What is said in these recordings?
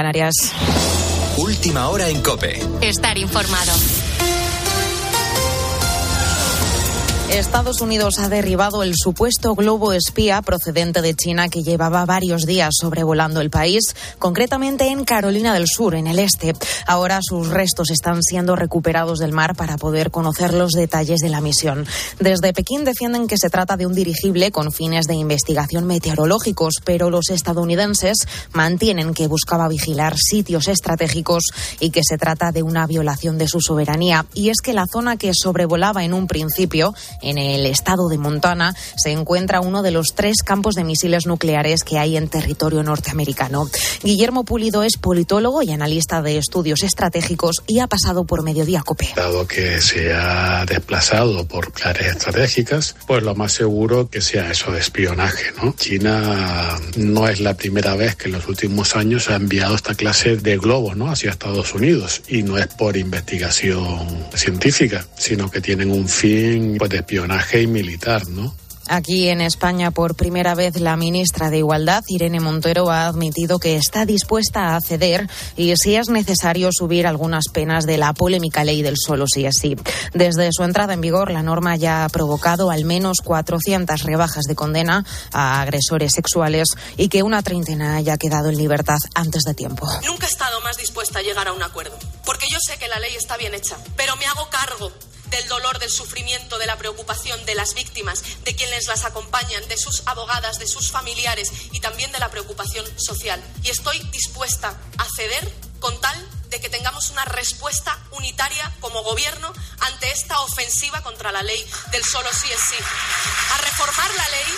Canarias. Última hora en COPE. Estar informado. Estados Unidos ha derribado el supuesto globo espía procedente de China que llevaba varios días sobrevolando el país, concretamente en Carolina del Sur, en el este. Ahora sus restos están siendo recuperados del mar para poder conocer los detalles de la misión. Desde Pekín defienden que se trata de un dirigible con fines de investigación meteorológicos, pero los estadounidenses mantienen que buscaba vigilar sitios estratégicos y que se trata de una violación de su soberanía. Y es que la zona que sobrevolaba en un principio, en el estado de Montana, se encuentra uno de los 3 campos de misiles nucleares que hay en territorio norteamericano. Guillermo Pulido es politólogo y analista de estudios estratégicos y ha pasado por Mediodía COPE. Dado que se ha desplazado por áreas estratégicas, pues lo más seguro que sea eso de espionaje, ¿no? China no es la primera vez que en los últimos años ha enviado esta clase de globos, ¿no?, hacia Estados Unidos, y no es por investigación científica, sino que tienen un fin, pues, de espionaje y militar, ¿no? Aquí en España, por primera vez, la ministra de Igualdad, Irene Montero, ha admitido que está dispuesta a ceder y, si es necesario, subir algunas penas de la polémica ley del solo sí es sí. Desde su entrada en vigor, la norma ya ha provocado al menos 400 rebajas de condena a agresores sexuales y que una treintena haya quedado en libertad antes de tiempo. Nunca he estado más dispuesta a llegar a un acuerdo, porque yo sé que la ley está bien hecha, pero me hago cargo del dolor, del sufrimiento, de la preocupación de las víctimas, de quienes las acompañan, de sus abogadas, de sus familiares y también de la preocupación social. Y estoy dispuesta a ceder con tal de que tengamos una respuesta unitaria como gobierno ante esta ofensiva contra la ley del solo sí es sí. A reformar la ley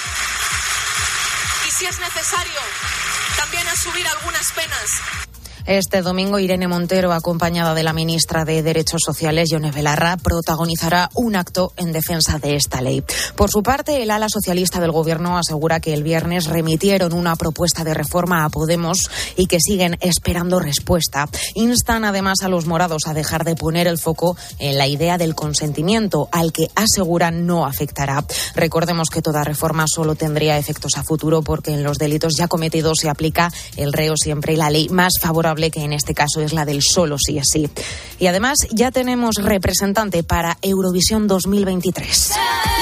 y, si es necesario, también a subir algunas penas. Este domingo, Irene Montero, acompañada de la ministra de Derechos Sociales, Yone Belarra, protagonizará un acto en defensa de esta ley. Por su parte, el ala socialista del Gobierno asegura que el viernes remitieron una propuesta de reforma a Podemos y que siguen esperando respuesta. Instan además a los morados a dejar de poner el foco en la idea del consentimiento, al que aseguran no afectará. Recordemos que toda reforma solo tendría efectos a futuro porque en los delitos ya cometidos se aplica el reo siempre y la ley más favorable, que en este caso es la del solo sí es sí. Y además ya tenemos representante para Eurovisión 2023.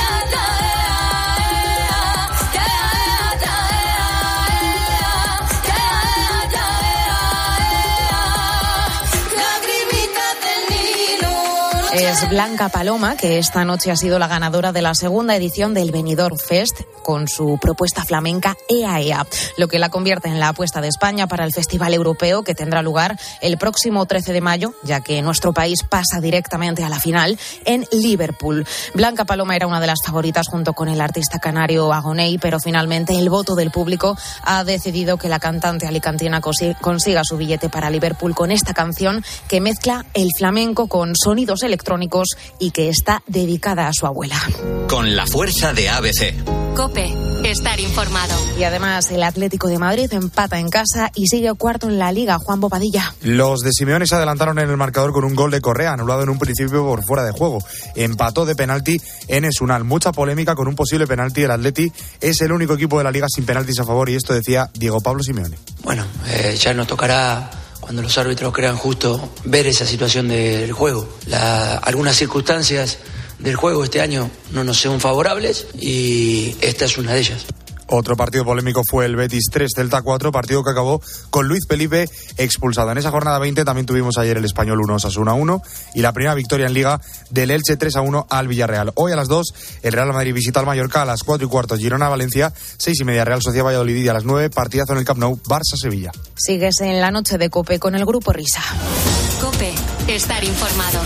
Es Blanca Paloma, que esta noche ha sido la ganadora de la segunda edición del Benidorm Fest con su propuesta flamenca Ea Ea, lo que la convierte en la apuesta de España para el Festival Europeo, que tendrá lugar el próximo 13 de mayo, ya que nuestro país pasa directamente a la final en Liverpool. Blanca Paloma era una de las favoritas junto con el artista canario Agoney, pero finalmente el voto del público ha decidido que la cantante alicantina consiga su billete para Liverpool con esta canción que mezcla el flamenco con sonidos electrónicos y que está dedicada a su abuela. Con la fuerza de ABC. COPE. Estar informado. Y además el Atlético de Madrid empata en casa y sigue cuarto en la Liga. Juan Bobadilla. Los de Simeone se adelantaron en el marcador con un gol de Correa, anulado en un principio por fuera de juego. Empató de penalti en Esunal. Mucha polémica con un posible penalti. El Atleti es el único equipo de la Liga sin penaltis a favor, y esto decía Diego Pablo Simeone. Bueno, ya nos tocará, cuando los árbitros crean justo, ver esa situación del juego. Algunas circunstancias del juego este año no nos son favorables y esta es una de ellas. Otro partido polémico fue el Betis 3, Celta 4, partido que acabó con Luis Felipe expulsado. En esa jornada 20 también tuvimos ayer el Español 1, Osasuna 1 y la primera victoria en Liga del Elche 3-1 al Villarreal. Hoy a las 2 el Real Madrid visita al Mallorca, a las 4:15 Girona-Valencia, 6:30 Real Sociedad Valladolid y a las 9 partidazo en el Camp Nou, Barça-Sevilla. Sigues en la noche de COPE con el Grupo Risa. COPE. Estar informado.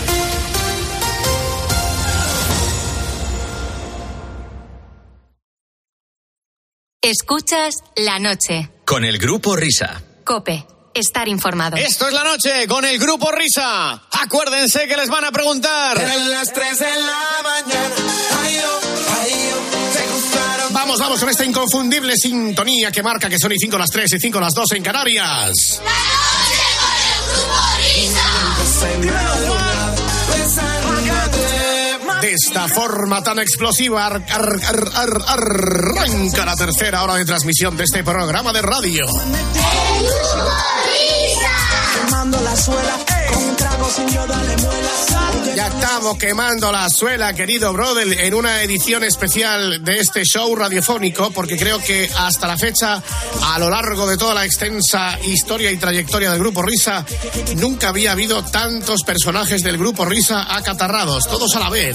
Escuchas La Noche. Con el Grupo Risa. COPE. Estar informado. Esto es La Noche con el Grupo Risa. Acuérdense que les van a preguntar. Eran las 3 de la mañana. Ay, te gustaron. Vamos con esta inconfundible sintonía que marca que son y 5 las 3 y 5 las 2 en Canarias. La Noche con el Grupo Risa. De esta forma tan explosiva arranca la tercera hora de transmisión de este programa de radio. ¡El Grupo Risa! Ya estamos quemando la suela, querido brother, en una edición especial de este show radiofónico, porque creo que hasta la fecha, a lo largo de toda la extensa historia y trayectoria del Grupo Risa, nunca había habido tantos personajes del Grupo Risa acatarrados, todos a la vez.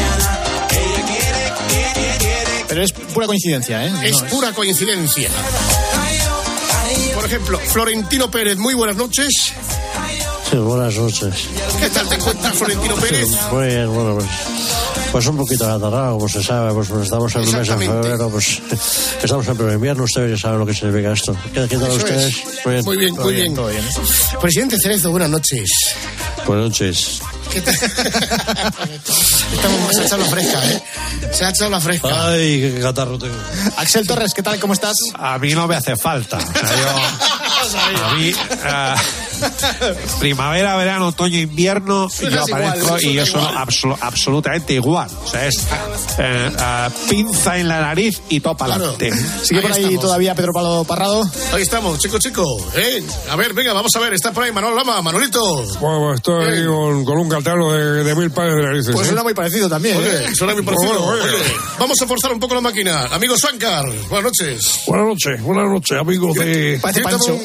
Pero es pura coincidencia, ¿eh? Es pura coincidencia. Por ejemplo, Florentino Pérez, muy buenas noches. Sí, buenas noches. ¿Qué tal te encuentras, Florentino Pérez? Sí, muy bien, bueno, pues un poquito atarrado, como se sabe, pues estamos en el mes de febrero, pues estamos en pleno invierno, ustedes ya saben lo que significa esto. ¿Qué tal ustedes? Muy bien, muy bien. Todo bien. Presidente Cerezo, buenas noches. Buenas noches. ¿Qué tal? Se ha echado la fresca, ¿eh? Se ha echado la fresca. Ay, qué catarro tengo. Axel Torres, ¿qué tal? ¿Cómo estás? A mí no me hace falta. O sea, a mí, primavera, verano, otoño, invierno, yo aparezco y yo soy absolutamente igual. O sea, es pinza en la nariz y topa adelante. ¿Sigue por ahí todavía Pedro Pablo Parrado? Ahí estamos, chico. A ver, venga, vamos a ver, está por ahí Manuel Lama. Manolito. Bueno, estoy ahí con un cartero de 1000 pares de narices. Pues suena muy parecido también. Oye, suena muy parecido. Bueno, vamos a forzar un poco la máquina. Amigo Swankar, buenas noches. Buenas noches, amigos de... Parece Pancho.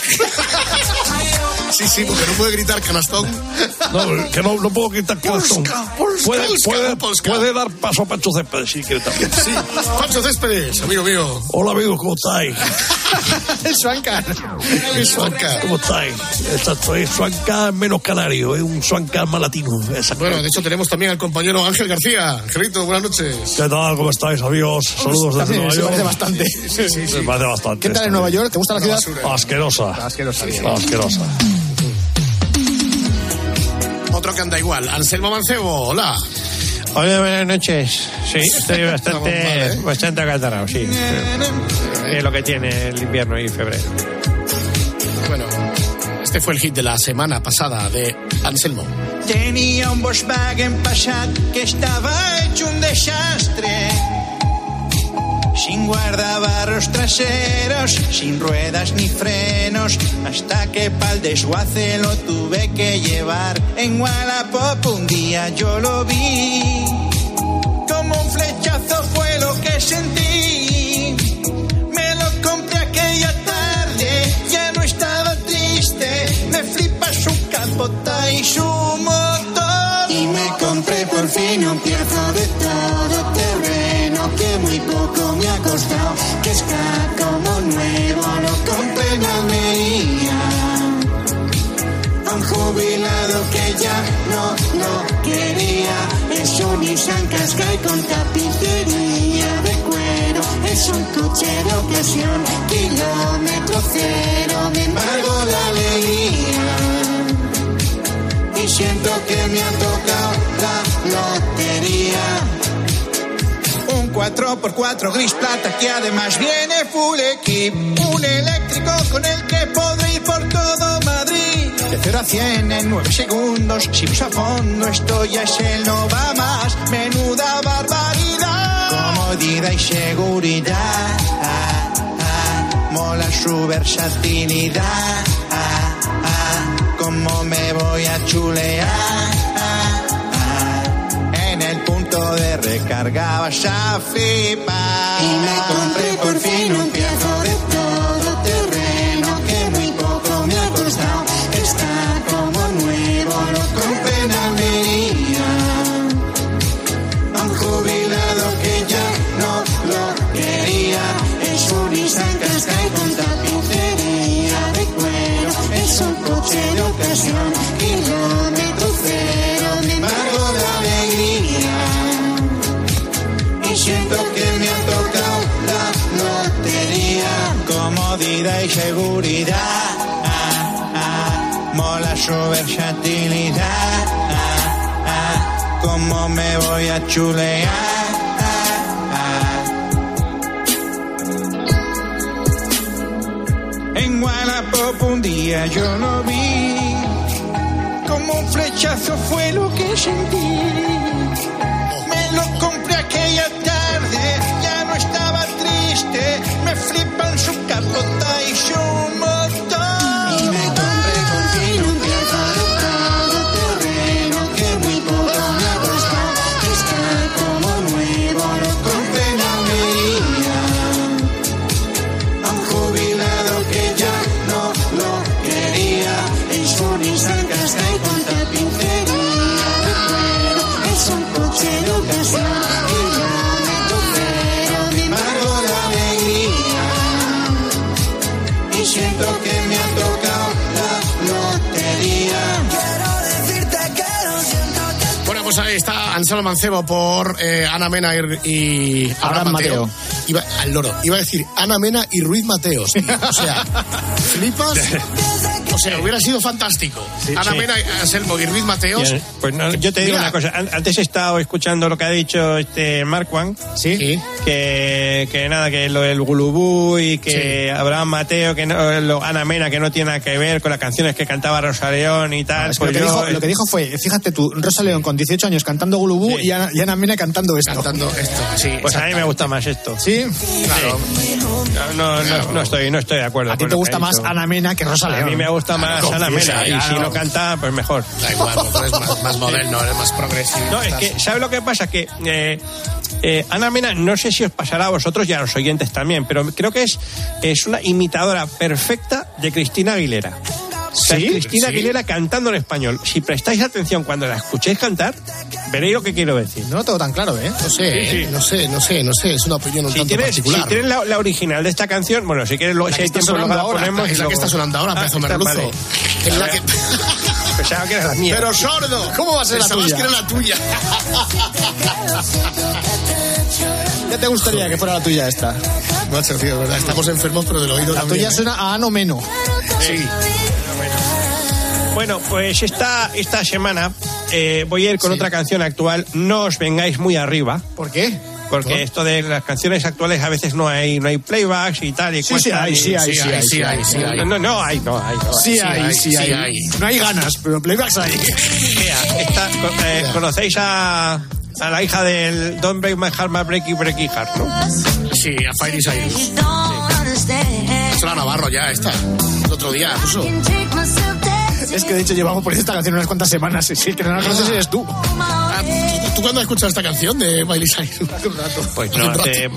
Sí, porque no puede gritar canastón. No, que no puedo gritar canastón. Puede dar paso a Pancho Céspedes, si quiere también. Sí, Pancho Céspedes, amigo mío. Hola, amigos, ¿cómo estáis? El Swankar. ¿Cómo estáis? Exacto, es Swankar menos canario, es un Swankar más latino. Bueno, de hecho tenemos también al compañero Ángel García. Angelito, buenas noches. ¿Qué tal? ¿Cómo estáis, amigos? Saludos desde Nueva York. Me parece bastante. Sí. Me parece bastante. ¿Qué tal en Nueva York? ¿Te gusta la ciudad? Asquerosa. Asquerosa. Otro que anda igual, Anselmo Mancebo, hola. Hola, buenas noches. Sí, estoy bastante acatarrado, sí. Es lo que tiene el invierno y febrero. Bueno, este fue el hit de la semana pasada de Anselmo. Tenía un Volkswagen Passat que estaba hecho un desastre, sin guardabarros traseros, sin ruedas ni frenos, hasta que pa'l desguace lo tuve que llevar. En Wallapop un día yo lo vi, como un flechazo fue lo que sentí. Me lo compré aquella tarde, ya no estaba triste, me flipa su capota y su motor. Y me compré por fin un piezo de todo terreno que muy poco me ha costado, que está como nuevo, lo compré en Almería. A un jubilado que ya no lo quería, es un Nissan Qashqai con tapicería de cuero, es un coche de ocasión, kilómetro cero, me embargo la alegría. Y siento que me ha tocado la lotería. Un 4x4 gris plata que además viene full equip, un eléctrico con el que podré ir por todo Madrid. De 0 a 100 en 9 segundos, si uso a fondo esto ya es el no va más. Menuda barbaridad. Comodidad y seguridad, mola su versatilidad. Cómo me voy a chulear. En el punto de recarga vas a flipar. Y me compré por fin un pedazo de todo terreno que muy poco me ha costado. Está como nuevo, lo compré en Almería. A un jubilado que ya no lo quería, es un Nissan Qashqai con tapicería de cuero, es un coche de ocasión, kilómetro cero, me embargo de alegría. Y siento que me ha tocado la lotería. Comodidad y seguridad, mola su versatilidad. Cómo me voy a chulear. En Wallapop un día yo lo vi, como un flechazo fue lo que sentí. Me lo compré aquella tarde, ya no estaba triste, me flipan su capota y su motor. Y me compré por fin un pedazo de todo pues ahí está Anselmo Mancebo por Ana Mena y Abraham Mateo. Iba a decir Ana Mena y Ruiz Mateos, tío. O sea, flipas. O sea, hubiera sido fantástico. Sí, Ana Mena, Anselmo y Ruiz Mateos. Pues no, yo te digo una cosa. Antes he estado escuchando lo que ha dicho Marquand. Sí. Que nada, que lo del Gulubú y que Abraham Mateo, que no, Ana Mena, que no tiene nada que ver con las canciones que cantaba Rosa León y tal. No, es que lo que dijo fue, fíjate tú, Rosa León con 18 años cantando Gulubú y Ana Mena cantando esto. Sí. Pues a mí me gusta más esto. Sí, claro. No estoy de acuerdo. A ti te gusta más Ana Mena que Rosa León. A mí me gusta más Ana Mena y si no canta, pues mejor. Da igual, eres más moderno, eres más progresivo. No, es que, ¿sabes lo que pasa? Que Ana Mena, no sé si os pasará a vosotros y a los oyentes también, pero creo que es una imitadora perfecta de Cristina Aguilera. O sea, ¿sí? Cristina Aguilera cantando en español. Si prestáis atención cuando la escuchéis cantar, veréis lo que quiero decir. No lo tengo tan claro, ¿eh? No sé. Es una opinión un tanto particular. Si tienes la original de esta canción, bueno, si quieres, si hay tiempo, luego la ponemos. Es la que está sonando ahora, pedazo merluzo. Vale. Es la que... Pensaba que era la mía. Pero sordo, ¿cómo va a ser la tuya? Que era la tuya. ¿Qué te gustaría que fuera la tuya esta? Macho, tío, verdad, estamos enfermos, pero del oído la también. La tuya suena a Ano Meno. Sí. Bueno, pues esta semana voy a ir con otra canción actual. No os vengáis muy arriba. ¿Por qué? Porque esto de las canciones actuales a veces no hay playbacks y tal. Y sí hay. Sí hay. No hay. Sí hay. No hay ganas, pero playbacks hay. Mira, ¿conocéis a la hija del Don't Break My Heart, My Breaky Heart, ¿no? Sí, a Fairy Cyrus. Sí. Es la Navarro ya, esta. El otro día, puso. Es que de hecho llevamos por esta canción unas cuantas semanas. Sí, que no la conoces eres tú. ¿Tú cuándo has escuchado esta canción de Miley Cyrus? Hace un rato. Pues no,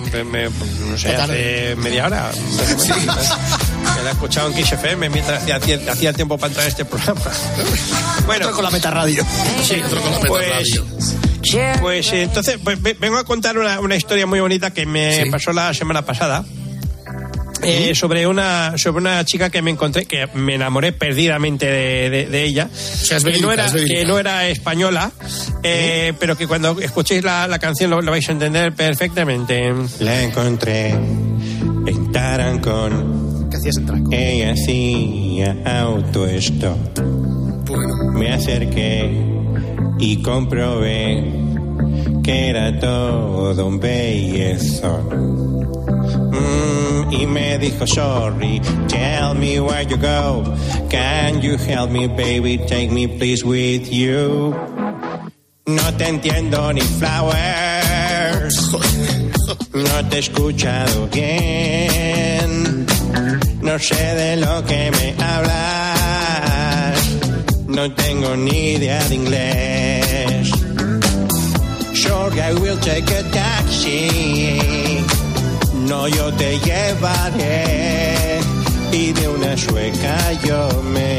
hace media hora. La he escuchado en Kiss FM mientras hacía tiempo para entrar a este programa. Bueno, otro con la Meta Radio. Sí, otro con la Meta Radio. Pues entonces vengo a contar una historia muy bonita que me pasó la semana pasada. Sobre una chica que me encontré, que me enamoré perdidamente de ella, que no era española, pero que cuando escuchéis la canción lo vais a entender perfectamente. La encontré en Tarancón. ¿Qué hacías en Tarancón? Ella hacía autostop. Bueno. Me acerqué y comprobé que era todo un bellezón. Y me dijo, sorry, tell me where you go. Can you help me, baby? Take me, please, with you. No te entiendo ni flowers. No te he escuchado bien. No sé de lo que me hablas. No tengo ni idea de inglés. Sorry, I will take a taxi. No, yo te llevaré y de una sueca yo me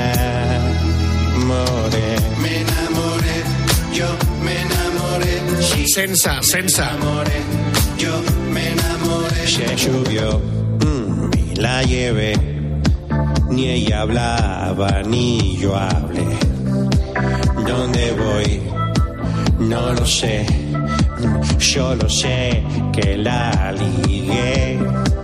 enamoré. Yo me enamoré. Sí, Sensa. Yo me enamoré. Se subió y la llevé. Ni ella hablaba ni yo hablé. ¿Dónde voy? No lo sé. Solo sé que la ligué.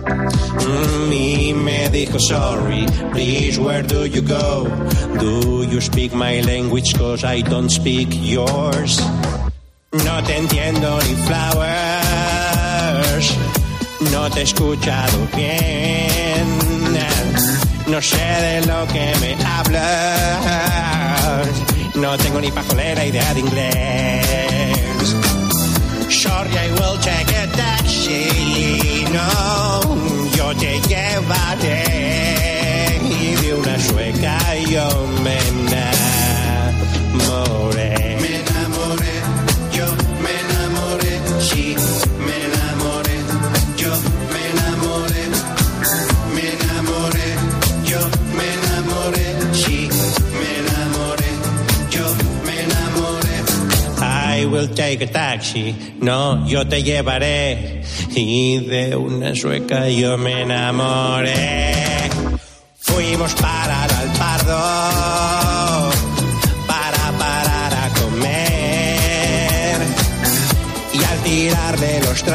Y me dijo, sorry, please, where do you go? Do you speak my language? 'Cause I don't speak yours. No te entiendo ni flowers. No te he escuchado bien. No sé de lo que me hablas. No tengo ni pajolera idea de inglés. Sorry, I will take a taxi. No, yo te llevaré. Y de una sueca yo me enamoré. Yo me enamoré. Sí, me enamoré. Yo me enamoré. Yo me enamoré. Sí, me enamoré. Yo me enamoré. I will take a taxi. No, yo te llevaré. Y de una sueca yo me enamoré. Fuimos para el Pardo para parar a comer.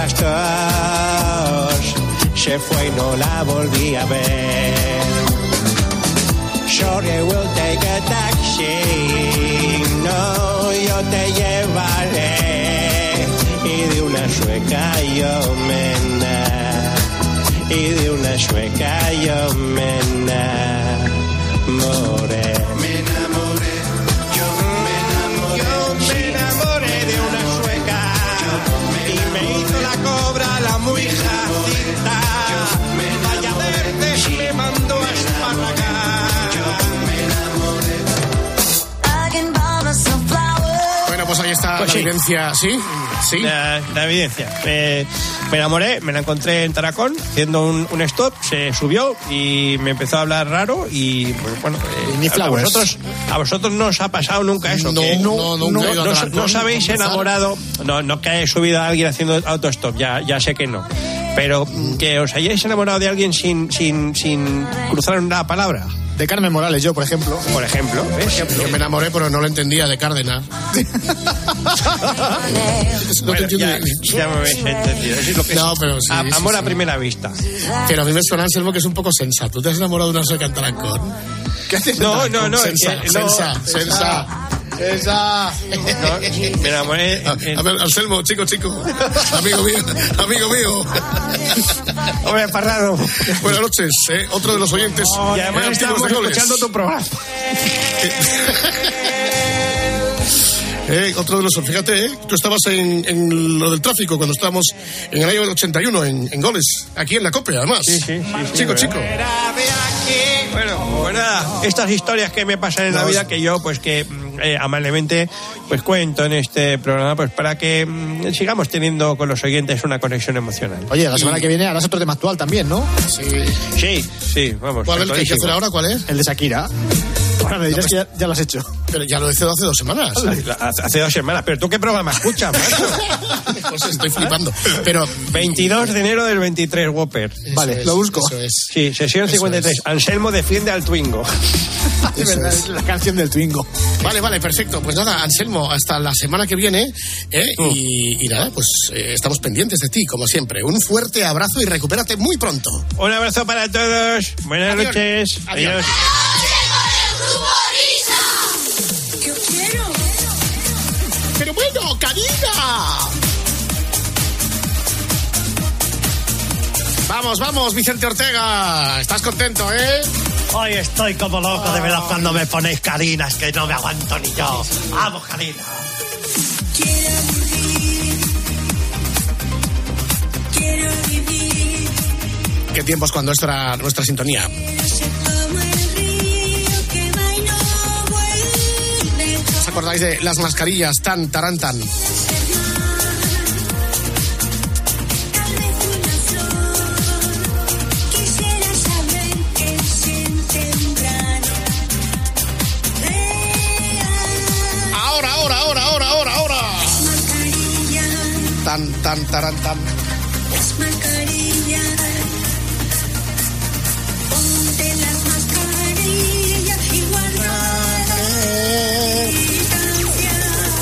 las dos. Se fue y no la volví a ver. Sorry, I will take a taxi. No, yo te llevaré. Y de una sueca yo me enamoré. Y de una sueca yo me enamoré. Me enamoré. Yo me enamoré de una sueca. Y me hizo la cobra la muy jacita. Vaya verdes me mandó a esparragar. Bueno, pues ahí está la evidencia, ¿sí? Sí. La evidencia. Me enamoré, me la encontré en Taracón haciendo un stop, se subió y me empezó a hablar raro y pues, bueno, a vosotros no os ha pasado nunca eso. No, no os habéis enamorado, no que hayáis subido a alguien haciendo autostop, ya sé que no. Pero que os hayáis enamorado de alguien sin cruzar una palabra. De Carmen Morales, yo, por ejemplo. Por ejemplo, ¿ves? Yo me enamoré, pero no lo entendía de Cárdenas. No te entiendo. Ya me habéis entendido. Es lo que no, pero sí, amor a primera vista. Pero a mí me suena, Anselmo, que es un poco sensa. ¿Tú te has enamorado de una sueca en Taracón? ¿Qué haces? No. Sensa. Esa. No, me enamoré. A ver, Anselmo, chico. Amigo mío. Hombre, Parrado. Buenas noches, otro de los oyentes. Y además estamos escuchando tu programa. Otro de los... Fíjate, tú estabas en lo del tráfico cuando estábamos en el año 81 en Goles, aquí en la COPE, además. Sí. Chico. Bueno, pues nada, estas historias que me pasan en la vida que yo, pues que amablemente pues cuento en este programa, pues para que sigamos teniendo con los oyentes una conexión emocional. Oye, la semana que viene harás otro tema actual también, ¿no? Sí, vamos. ¿Cuál es el que hay que hacer ahora? ¿Cuál es? El de Shakira. Ahora me dirás que ya lo has hecho. Pero ya lo he hecho hace 2 semanas. Hace 2 semanas. ¿Pero tú qué programa escuchas, macho? Pues estoy flipando. Pero 22 de enero del 23, Whopper. Vale, lo busco. Eso es. Sí, sesión 53. Es. Anselmo defiende al Twingo. Es verdad, es la canción del Twingo. Vale, perfecto. Pues nada, Anselmo, hasta la semana que viene. Y nada, pues estamos pendientes de ti, como siempre. Un fuerte abrazo y recupérate muy pronto. Un abrazo para todos. Buenas noches. Adiós. Pero bueno, Karina. Vamos, Vicente Ortega. ¿Estás contento, Hoy estoy como loco, de verdad, cuando me ponéis Karina, es que no me aguanto ni yo. ¡Vamos, Karina! Quiero vivir. ¿Qué tiempos cuando esto era nuestra sintonía? ¿Os acordáis de las mascarillas tan tarantan? Tan tarantan. Las mascarillas. Ponte las mascarillas y guarda distancia.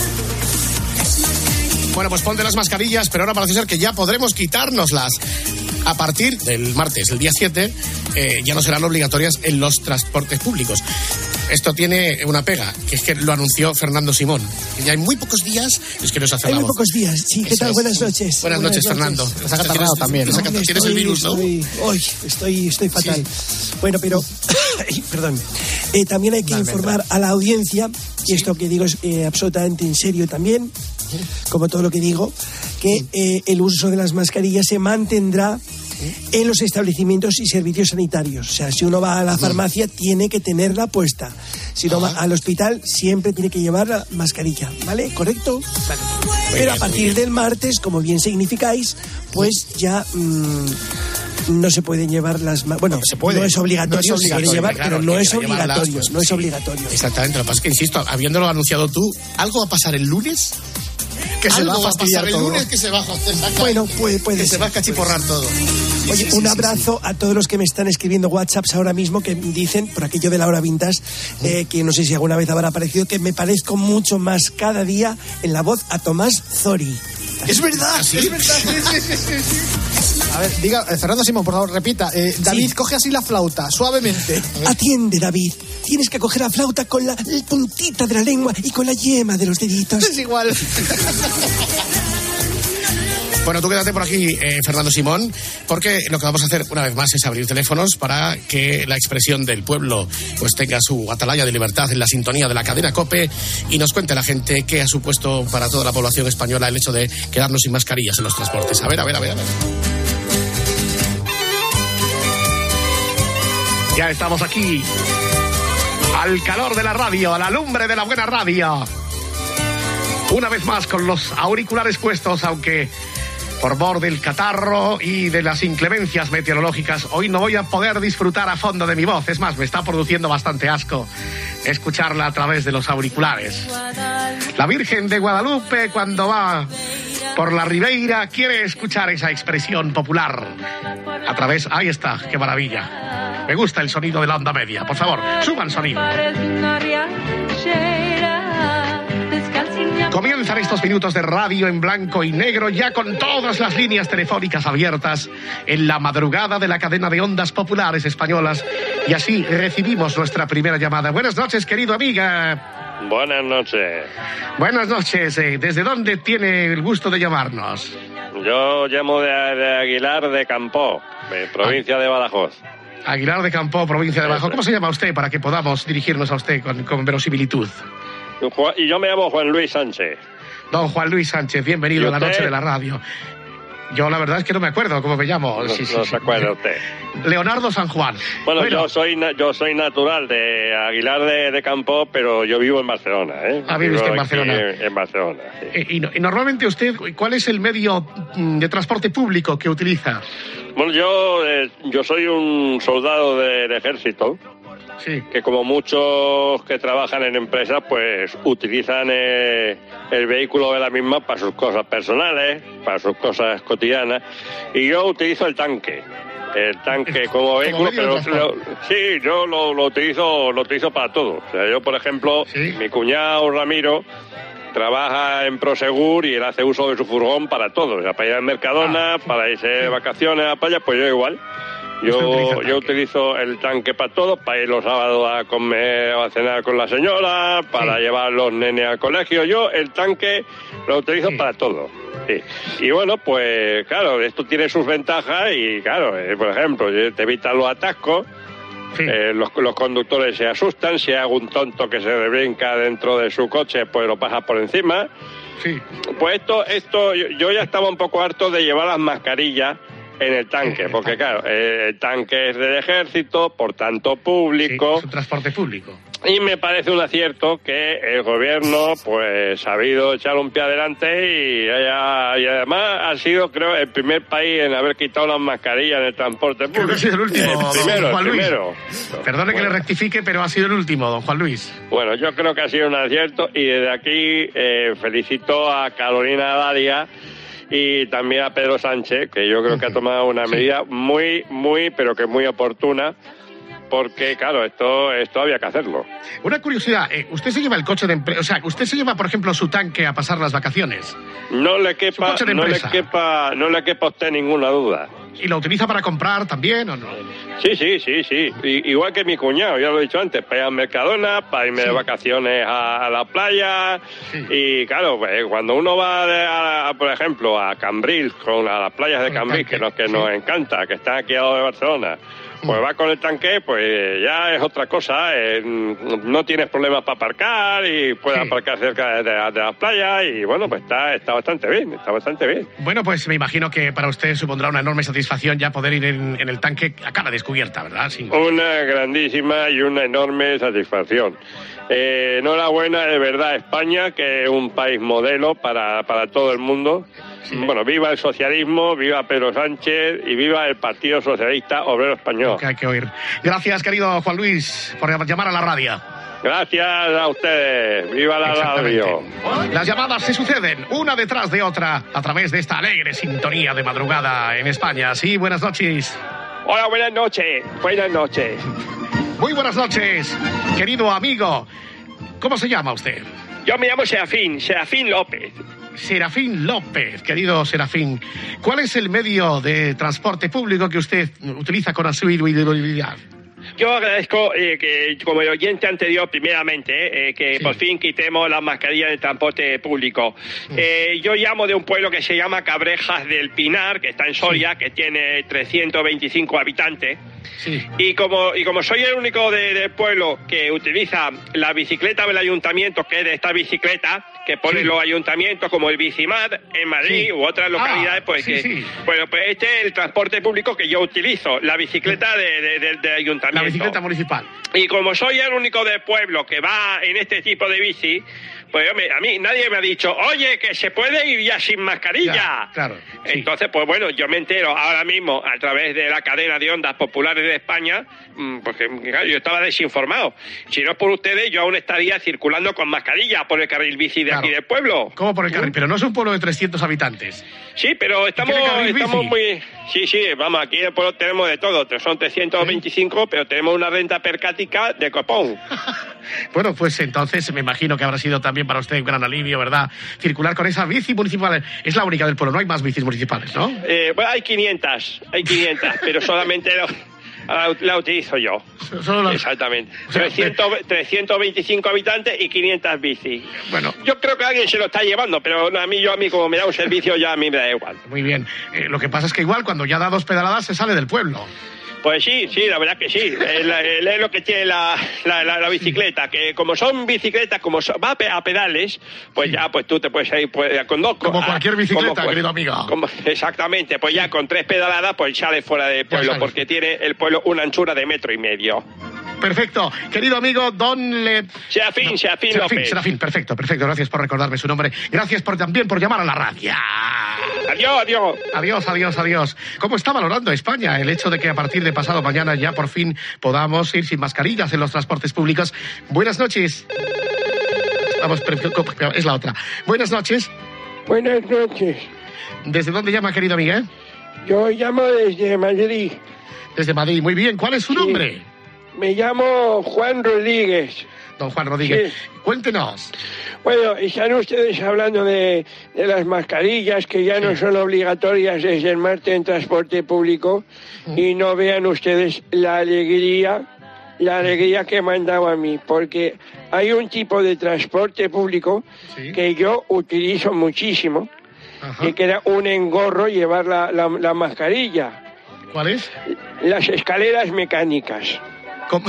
Bueno, pues ponte las mascarillas, pero ahora parece ser que ya podremos quitárnoslas. A partir del martes, el día 7, ya no serán obligatorias en los transportes públicos. Esto tiene una pega, que es que lo anunció Fernando Simón. Ya hay muy pocos días, es que nos hace la voz. Hay muy pocos días, sí. ¿Qué tal? Buenas noches. Buenas noches, Fernando. Nos ha catarrado también, ¿no? Tienes el virus, ¿no? Hoy estoy fatal. Sí. Bueno, pero... perdón. También hay que informar a la audiencia, y esto que digo es absolutamente en serio también, como todo lo que digo, que el uso de las mascarillas se mantendrá en los establecimientos y servicios sanitarios. O sea, si uno va a la farmacia, tiene que tenerla puesta. Si uno va al hospital, siempre tiene que llevar la mascarilla, ¿vale? ¿Correcto? Vale. Pero a partir del martes, como bien significáis, pues ya... no se pueden llevar las... Bueno, se puede. No es obligatorio, se puede llevar, claro, pero no es obligatorio, pues, no es obligatorio. Exactamente, lo que pasa es que, insisto, habiéndolo anunciado tú, ¿algo va a pasar el lunes? Que se va a pasar el lunes, que se va a hacer... Bueno, puede que ser. Se va a cachiporrar todo. Oye, un abrazo a todos los que me están escribiendo WhatsApps ahora mismo, que dicen, por aquello de la hora vintage, que no sé si alguna vez habrá aparecido, que me parezco mucho más cada día en la voz a Tomás Zori. Es verdad, ¿Sí? es verdad. Sí. A ver, diga, Fernando Simón, por favor, repita. David, coge así la flauta, suavemente. Atiende, David. Tienes que coger la flauta con la puntita de la lengua y con la yema de los deditos. Es igual. Bueno, tú quédate por aquí, Fernando Simón, porque lo que vamos a hacer una vez más es abrir teléfonos para que la expresión del pueblo pues tenga su atalaya de libertad en la sintonía de la cadena COPE y nos cuente la gente qué ha supuesto para toda la población española el hecho de quedarnos sin mascarillas en los transportes. A ver. Ya estamos aquí, al calor de la radio, a la lumbre de la buena radio. Una vez más con los auriculares puestos, aunque por mor del catarro y de las inclemencias meteorológicas, hoy no voy a poder disfrutar a fondo de mi voz. Es más, me está produciendo bastante asco escucharla a través de los auriculares. La Virgen de Guadalupe, cuando va por la Ribeira, quiere escuchar esa expresión popular a través... Ahí está, qué maravilla. Me gusta el sonido de la onda media. Por favor, suban sonido. Comienzan estos minutos de radio en blanco y negro, ya con todas las líneas telefónicas abiertas en la madrugada de la cadena de ondas populares españolas. Y así recibimos nuestra primera llamada. Buenas noches, querido amiga. Buenas noches. Buenas noches. ¿Desde dónde tiene el gusto de llamarnos? Yo llamo de Aguilar de Campoo, provincia de Badajoz. Aguilar de Campoo, provincia de Badajoz. ¿Cómo se llama usted para que podamos dirigirnos a usted con verosimilitud? Y yo me llamo Juan Luis Sánchez. Don Juan Luis Sánchez, bienvenido a la noche de la radio. Yo la verdad es que no me acuerdo cómo me llamo. No se acuerda usted. Leonardo San Juan. Bueno, yo soy natural de Aguilar de Campoo, pero yo vivo en Barcelona, ¿eh? Vive usted en Barcelona. En Barcelona, sí. Y normalmente usted, ¿cuál es el medio de transporte público que utiliza? Bueno, yo soy un soldado del ejército. Sí. Que como muchos que trabajan en empresas, pues utilizan el vehículo de la misma para sus cosas personales, para sus cosas cotidianas, y yo utilizo el tanque como vehículo, pero sí, yo lo utilizo para todo. O sea, yo, por ejemplo, mi cuñado Ramiro trabaja en Prosegur y él hace uso de su furgón para todo, o sea, para ir al Mercadona, para irse de vacaciones a la playa, pues yo igual. Yo utilizo el tanque para todo, para ir los sábados a comer o a cenar con la señora, para llevar los nenes al colegio. Yo el tanque lo utilizo para todo. Sí. Y bueno, pues claro, esto tiene sus ventajas y claro, por ejemplo, te evitan los atascos. Los conductores se asustan. Si hay algún tonto que se brinca dentro de su coche, pues lo pasa por encima. Sí. Pues esto yo ya estaba un poco harto de llevar las mascarillas en el tanque, porque claro, el tanque es del ejército, por tanto público. Sí, es un transporte público. Y me parece un acierto que el gobierno pues ha sabido echar un pie adelante y además ha sido, creo, el primer país en haber quitado las mascarillas en el transporte público. Creo que ha sido el último, el primero. Perdone que le rectifique, pero ha sido el último, don Juan Luis. Bueno, yo creo que ha sido un acierto y desde aquí felicito a Carolina Darias y también a Pedro Sánchez, que yo creo que ha tomado una medida muy, pero que muy oportuna, porque, claro, esto había que hacerlo. Una curiosidad, ¿usted se lleva el coche de empresa? O sea, ¿usted se lleva, por ejemplo, su tanque a pasar las vacaciones? No le quepa a usted ninguna duda. ¿Y lo utiliza para comprar también o no? Sí. Igual que mi cuñado, ya lo he dicho antes, para ir a Mercadona, para irme de vacaciones a la playa. Sí. Y claro, pues, cuando uno va, por ejemplo, a Cambrils, a las playas de Cambrils, que nos encanta, que están aquí al lado de Barcelona, pues va con el tanque, pues ya es otra cosa. No tienes problemas para aparcar y puedes aparcar cerca de las playas y bueno, pues está bastante bien, Bueno, pues me imagino que para usted supondrá una enorme satisfacción ya poder ir en el tanque a cara descubierta, ¿verdad? Sí. Una grandísima y una enorme satisfacción. Enhorabuena, de verdad, España, que es un país modelo para todo el mundo. Sí. Bueno, viva el socialismo, viva Pedro Sánchez y viva el Partido Socialista Obrero Español. Que hay que oír. Gracias, querido Juan Luis, por llamar a la radio. Gracias a ustedes. ¡Viva la radio! Las llamadas se suceden una detrás de otra a través de esta alegre sintonía de madrugada en España. Sí, buenas noches. Hola, buenas noches. Buenas noches. Muy buenas noches, querido amigo. ¿Cómo se llama usted? Yo me llamo Serafín López. Serafín López, querido Serafín, ¿cuál es el medio de transporte público que usted utiliza con asiduidad? Yo agradezco que, como el oyente anterior, primeramente, que por fin quitemos las mascarillas del transporte público. Yo llamo de un pueblo que se llama Cabrejas del Pinar, que está en Soria, que tiene 325 habitantes. Y como soy el único del pueblo que utiliza la bicicleta del ayuntamiento, que es de esta bicicleta que ponen los ayuntamientos, como el Bicimar en Madrid u otras localidades, bueno, pues este es el transporte público que yo utilizo, la bicicleta del ayuntamiento. La bicicleta municipal. Y como soy el único del pueblo que va en este tipo de bici, pues a mí nadie me ha dicho, oye, que se puede ir ya sin mascarilla. Ya, claro. Entonces, pues bueno, yo me entero ahora mismo a través de la cadena de ondas populares de España, porque claro, yo estaba desinformado. Si no es por ustedes, yo aún estaría circulando con mascarilla por el carril bici de aquí del pueblo. ¿Cómo por el carril? Pero no es un pueblo de 300 habitantes. Sí, pero estamos muy... Sí, vamos, aquí en el pueblo tenemos de todo. Son 325, pero tenemos una renta per cápita de copón. Bueno, pues entonces me imagino que habrá sido también para usted un gran alivio, ¿verdad? Circular con esa bici municipal. Es la única del pueblo, no hay más bicis municipales, ¿no? Bueno, hay 500, pero solamente la utilizo yo. Exactamente. 325 habitantes y 500 bicis. Bueno. Yo creo que alguien se lo está llevando, pero a mí como me da un servicio, ya a mí me da igual. Muy bien. Lo que pasa es que igual cuando ya da 2 pedaladas se sale del pueblo. Pues sí, la verdad que sí. Es lo que tiene la bicicleta, que como son bicicletas, como va a pedales, pues ya pues tú te puedes ir con 2. Como cualquier bicicleta, querido amigo. Exactamente, pues ya con 3 pedaladas pues sale fuera del pueblo, porque tiene el pueblo una anchura de 1,5 metros. Perfecto. Querido amigo, Serafín López. Serafín, perfecto. Gracias por recordarme su nombre. Gracias también por llamar a la radio. Adiós. ¿Cómo está valorando España el hecho de que a partir de pasado mañana ya por fin podamos ir sin mascarillas en los transportes públicos? Buenas noches. Vamos, es la otra. Buenas noches. Buenas noches. ¿Desde dónde llama, querido amigo? Yo llamo desde Madrid. Desde Madrid, muy bien. ¿Cuál es su nombre? Me llamo Juan Rodríguez. Don Juan Rodríguez, cuéntenos. Bueno, están ustedes hablando de las mascarillas que ya no son obligatorias desde el martes en transporte público, y no vean ustedes la alegría que me han dado a mí, porque hay un tipo de transporte público que yo utilizo muchísimo, que era un engorro llevar la mascarilla. ¿Cuál es? Las escaleras mecánicas. ¿Cómo?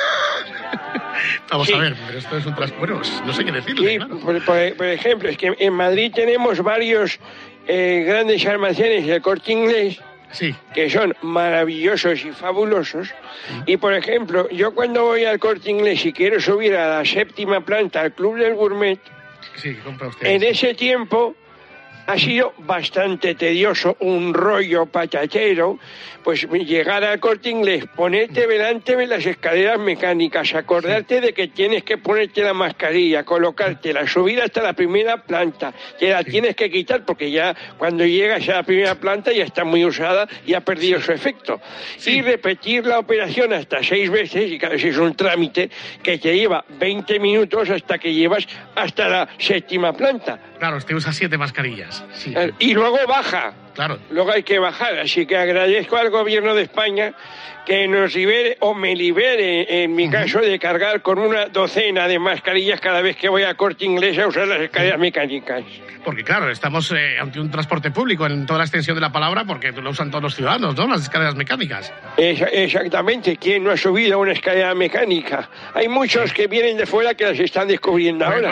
Vamos a ver, pero esto es un transporte, no sé qué decirle. Sí, claro. por ejemplo, es que en Madrid tenemos varios grandes almacenes del Corte Inglés, que son maravillosos y fabulosos. Y por ejemplo, yo cuando voy al Corte Inglés y quiero subir a la 7ª planta al Club del Gourmet, compra usted. En ese tiempo ha sido bastante tedioso, un rollo patatero, pues llegar al Corte Inglés, ponerte delante de las escaleras mecánicas, acordarte de que tienes que ponerte la mascarilla, colocártela, subir hasta la 1ª planta, que la tienes que quitar porque ya cuando llegas a la 1ª planta ya está muy usada y ha perdido su efecto. Y repetir la operación hasta 6 veces, y claro, es un trámite que te lleva 20 minutos hasta que llevas hasta la 7ª planta. Claro, usted usa 7 mascarillas. Y luego baja. Claro. Luego hay que bajar, así que agradezco al gobierno de España que nos libere o me libere, en mi caso, de cargar con una docena de mascarillas cada vez que voy a Corte Inglés a usar las escaleras mecánicas. Porque claro, estamos ante un transporte público en toda la extensión de la palabra, porque lo usan todos los ciudadanos, ¿no? Las escaleras mecánicas. Exactamente. ¿Quién no ha subido a una escalera mecánica? Hay muchos que vienen de fuera que las están descubriendo ahora.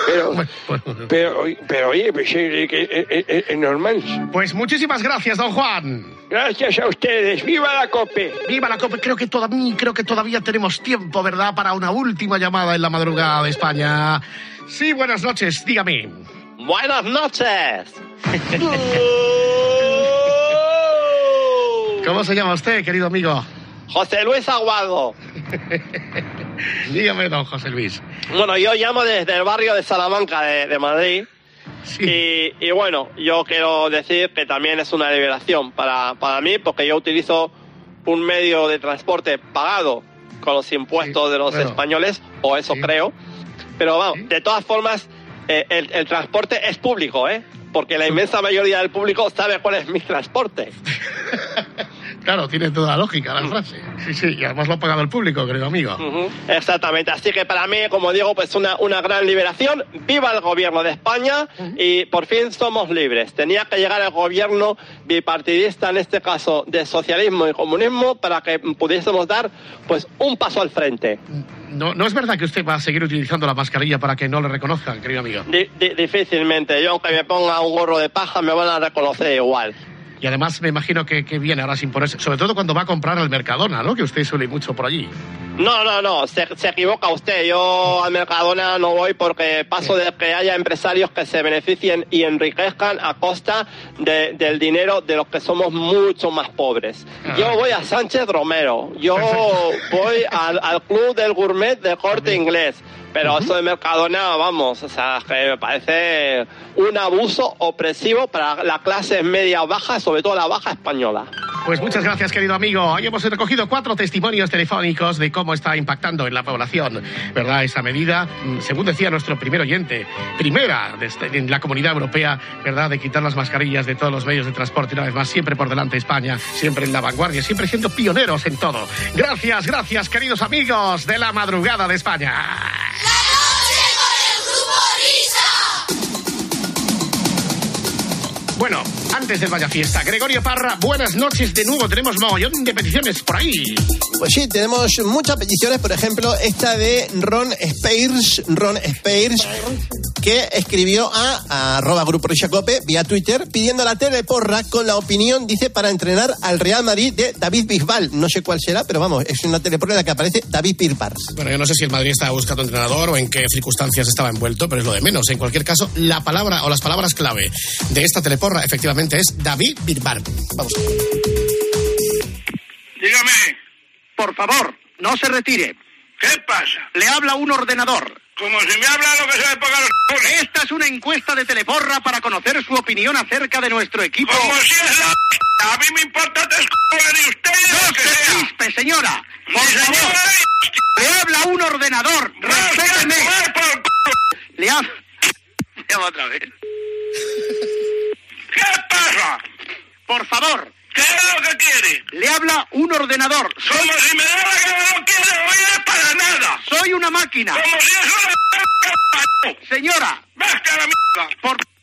Pero oye, pues es normal. Pues muchísimas gracias, don Juan. Gracias a ustedes. ¡Viva la COPE! ¡Viva la COPE! Creo que todavía tenemos tiempo, ¿verdad?, para una última llamada en la madrugada de España. Sí, buenas noches, dígame. Buenas noches. ¿Cómo se llama usted, querido amigo? José Luis Aguado. Dígame, don José Luis. Bueno, yo llamo desde el barrio de Salamanca de Madrid. Sí. Y bueno, yo quiero decir que también es una liberación para mí, porque yo utilizo un medio de transporte pagado con los impuestos de los españoles, o eso creo. Pero vamos, de todas formas, el transporte es público, porque la inmensa mayoría del público sabe cuál es mi transporte. Claro, tiene toda la lógica la frase. Sí, y además lo ha pagado el público, querido amigo. Exactamente, así que para mí, como digo, pues una gran liberación. Viva el gobierno de España y por fin somos libres. Tenía que llegar el gobierno bipartidista, en este caso de socialismo y comunismo, para que pudiésemos dar pues un paso al frente. No es verdad que usted va a seguir utilizando la mascarilla para que no le reconozcan, querido amigo. Difícilmente. Yo, aunque me ponga un gorro de paja, me van a reconocer igual. Y además me imagino que viene ahora sin ponerse, sobre todo cuando va a comprar al Mercadona, ¿no? Que usted suele ir mucho por allí. No, se equivoca usted. Yo al Mercadona no voy porque paso de que haya empresarios que se beneficien y enriquezcan a costa del dinero de los que somos mucho más pobres. Yo voy a Sánchez Romero, yo voy al Club del Gourmet de Corte Inglés. Pero eso de Mercadona, vamos, o sea, que me parece un abuso opresivo para la clase media baja, sobre todo la baja española. Pues muchas gracias, querido amigo. Hoy hemos recogido 4 testimonios telefónicos de cómo está impactando en la población, ¿verdad? Esa medida, según decía nuestro primer oyente, primera en la Comunidad Europea, ¿verdad? De quitar las mascarillas de todos los medios de transporte. Una vez más, siempre por delante España, siempre en la vanguardia, siempre siendo pioneros en todo. Gracias, queridos amigos de la madrugada de España. Bueno, antes del Vaya Fiesta, Gregorio Parra, buenas noches de nuevo. Tenemos mogollón de peticiones por ahí. Pues sí, tenemos muchas peticiones. Por ejemplo, esta de Ron Spears, que escribió a @Grupo Risa Cope vía Twitter pidiendo la teleporra con la opinión, dice, para entrenar al Real Madrid de David Bisbal. No sé cuál será, pero vamos, es una teleporra en la que aparece David Bisbal. Bueno, yo no sé si el Madrid estaba buscando entrenador o en qué circunstancias estaba envuelto, pero es lo de menos. En cualquier caso, la palabra o las palabras clave de esta teleporra efectivamente es David Bisbal. Vamos. Dígame. Por favor, no se retire. ¿Qué pasa? Le habla un ordenador. Como si me habla lo que se le ponga los cojones. Esta es una encuesta de Teleporra para conocer su opinión acerca de nuestro equipo. Como si es la... A mí me importa tres cojones de ustedes. No se crispe, señora. Por favor. Le habla un ordenador. Respéteme. Le habla... otra vez. ¿Qué pasa? Por favor. ¿Qué es lo que quiere? Le habla un ordenador. Como si me da la gana, no quiere oír para nada. Soy una máquina. Como si es una... Señora. ¡Vete a la mierda!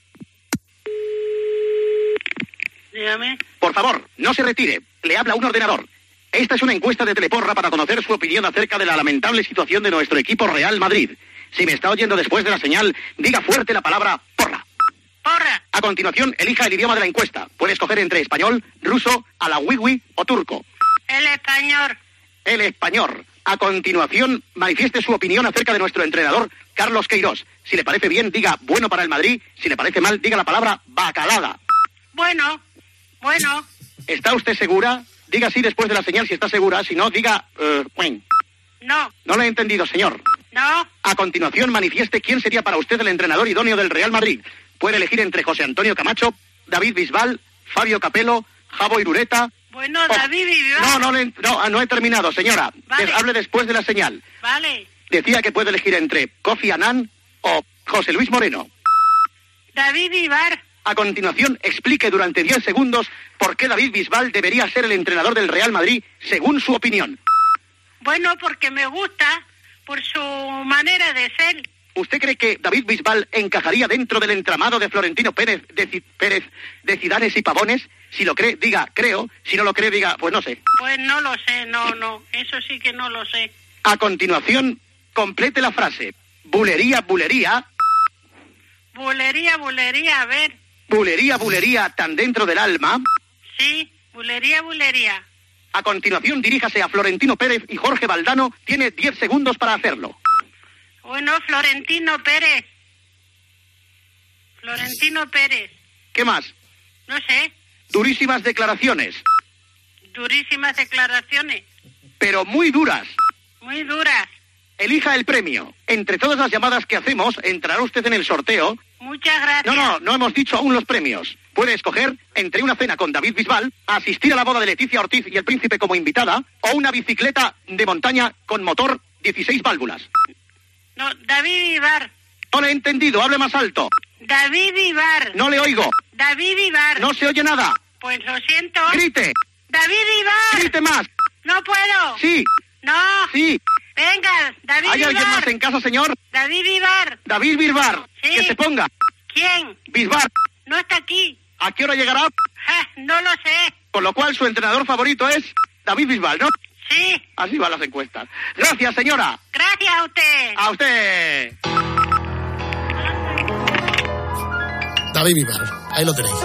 Dígame. Por favor, no se retire. Le habla un ordenador. Esta es una encuesta de Teleporra para conocer su opinión acerca de la lamentable situación de nuestro equipo Real Madrid. Si me está oyendo después de la señal, diga fuerte la palabra porra. Porra. A continuación, elija el idioma de la encuesta. Puede escoger entre español, ruso, alawiwi o turco. El español. El español. A continuación, manifieste su opinión acerca de nuestro entrenador, Carlos Queiroz. Si le parece bien, diga bueno para el Madrid. Si le parece mal, diga la palabra bacalada. Bueno. ¿Está usted segura? Diga sí después de la señal si está segura. Si no, diga... No. No lo he entendido, señor. No. A continuación, manifieste quién sería para usted el entrenador idóneo del Real Madrid. Puede elegir entre José Antonio Camacho, David Bisbal, Fabio Capello, Javo Irureta... Bueno, David Bisbal... No he terminado, señora. Vale. Hable después de la señal. Vale. Decía que puede elegir entre Kofi Annan o José Luis Moreno. David Bisbal. A continuación, explique durante 10 segundos por qué David Bisbal debería ser el entrenador del Real Madrid, según su opinión. Bueno, porque me gusta por su manera de ser. ¿Usted cree que David Bisbal encajaría dentro del entramado de Florentino Pérez, de Zidanes y Pavones? Si lo cree, diga creo. Si no lo cree, diga pues no sé. Pues no lo sé, no. Eso sí que no lo sé. A continuación, complete la frase. Bulería. Bulería, a ver. Bulería, tan dentro del alma. Sí, bulería. A continuación, diríjase a Florentino Pérez y Jorge Valdano. Tiene 10 segundos para hacerlo. Bueno, Florentino Pérez. ¿Qué más? No sé. Durísimas declaraciones. Durísimas declaraciones. Pero muy duras. Muy duras. Elija el premio. Entre todas las llamadas que hacemos, entrará usted en el sorteo. Muchas gracias. No hemos dicho aún los premios. Puede escoger entre una cena con David Bisbal, asistir a la boda de Leticia Ortiz y el príncipe como invitada, o una bicicleta de montaña con motor 16 válvulas. No, David Bisbal. No le he entendido, hable más alto. David Vivar. No le oigo. David Vivar. No se oye nada. Pues lo siento. Grite. David Vivar. Grite más. No puedo. Sí. No. Sí. Venga, David ¿Hay Vivar. alguien más en casa, señor? David Vivar. David Bisbal. Sí. Que se ponga. ¿Quién? Bisbal. No está aquí. ¿A qué hora llegará? No lo sé. Con lo cual su entrenador favorito es David Bisbal, ¿no? Sí. Así van las encuestas. Gracias, señora. Gracias a usted. A usted. David Bisbal, ahí lo tenéis.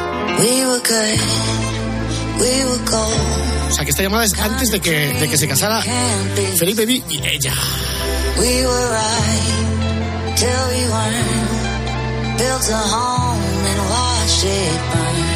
O sea, que esta llamada es antes de que se casara Felipe y ella. We were right till we weren't. Built a home and watched it burn.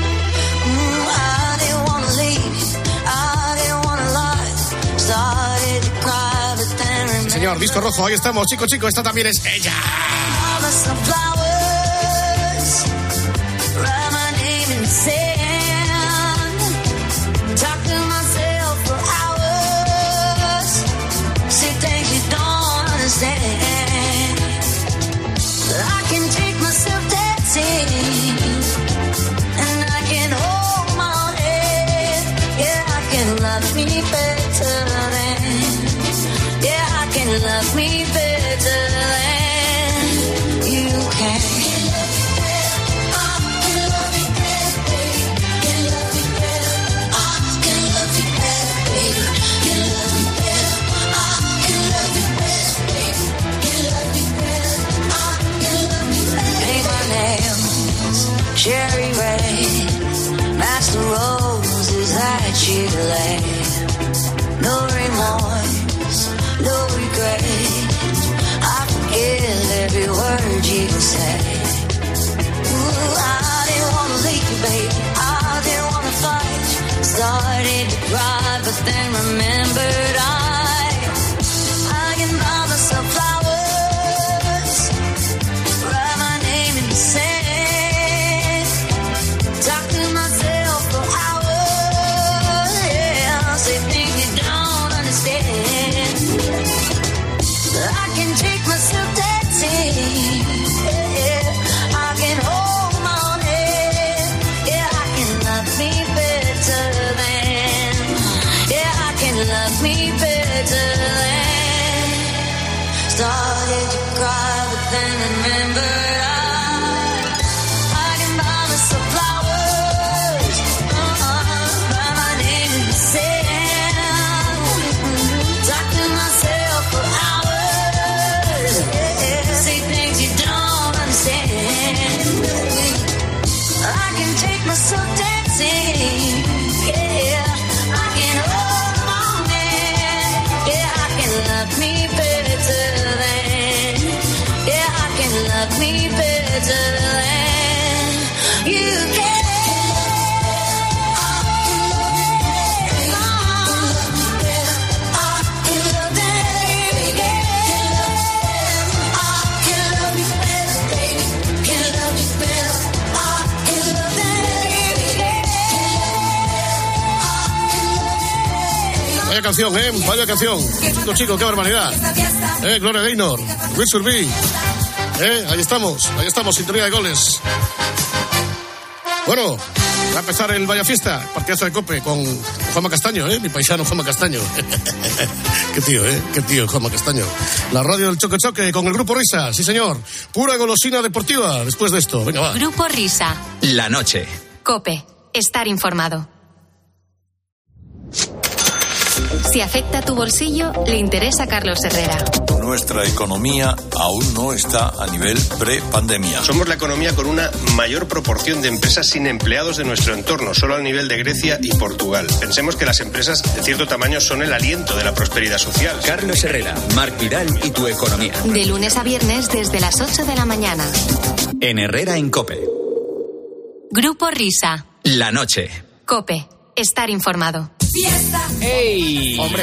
I didn't want to leave. I didn't want to lie. Started to cry, but then remembered. Señor, disco rojo, ahí estamos. Chico, esta también es ella. Some flowers. Write my name in the sand. Talk to myself for hours. Say things you don't understand. I can take myself dancing, and I can hold my head. Yeah, I can love me better than. Yeah, I can love me better than you can. Cherry red, match the roses that you laid. No remorse, no regret. I forgive every word you say. Ooh, I didn't want to leave you, baby. I didn't want to fight. Started to cry, but then remembered I can buy myself flowers. Write my name in the sand. Started to cry, but then remembered I can buy myself flowers. Write my name in the sand. Talk to myself for hours. Say things you don't understand. I can take myself dancing. Yeah, I can hold my hand. Yeah, I can love me better. Love me better than you can. Vaya canción, vaya canción. Chicos, qué barbaridad. Gloria Gaynor, Richard B. Ahí estamos, sintonía de goles. Bueno, va a empezar el Vaya Fiesta, partidazo de COPE con Juanma Castaño, mi paisano Juanma Castaño. Qué tío, Juanma Castaño. La radio del Choque Choque con el Grupo Risa, sí señor. Pura golosina deportiva después de esto, venga va. Grupo Risa. La noche. COPE, estar informado. Si afecta tu bolsillo, le interesa a Carlos Herrera. Nuestra economía aún no está a nivel pre-pandemia. Somos la economía con una mayor proporción de empresas sin empleados de nuestro entorno, solo al nivel de Grecia y Portugal. Pensemos que las empresas de cierto tamaño son el aliento de la prosperidad social. Carlos Herrera, Marc Vidal y tu economía. De lunes a viernes desde las 8 de la mañana. En Herrera en COPE. Grupo Risa. La noche. COPE, estar informado. Fiesta. ¡Ey! ¡Hombre,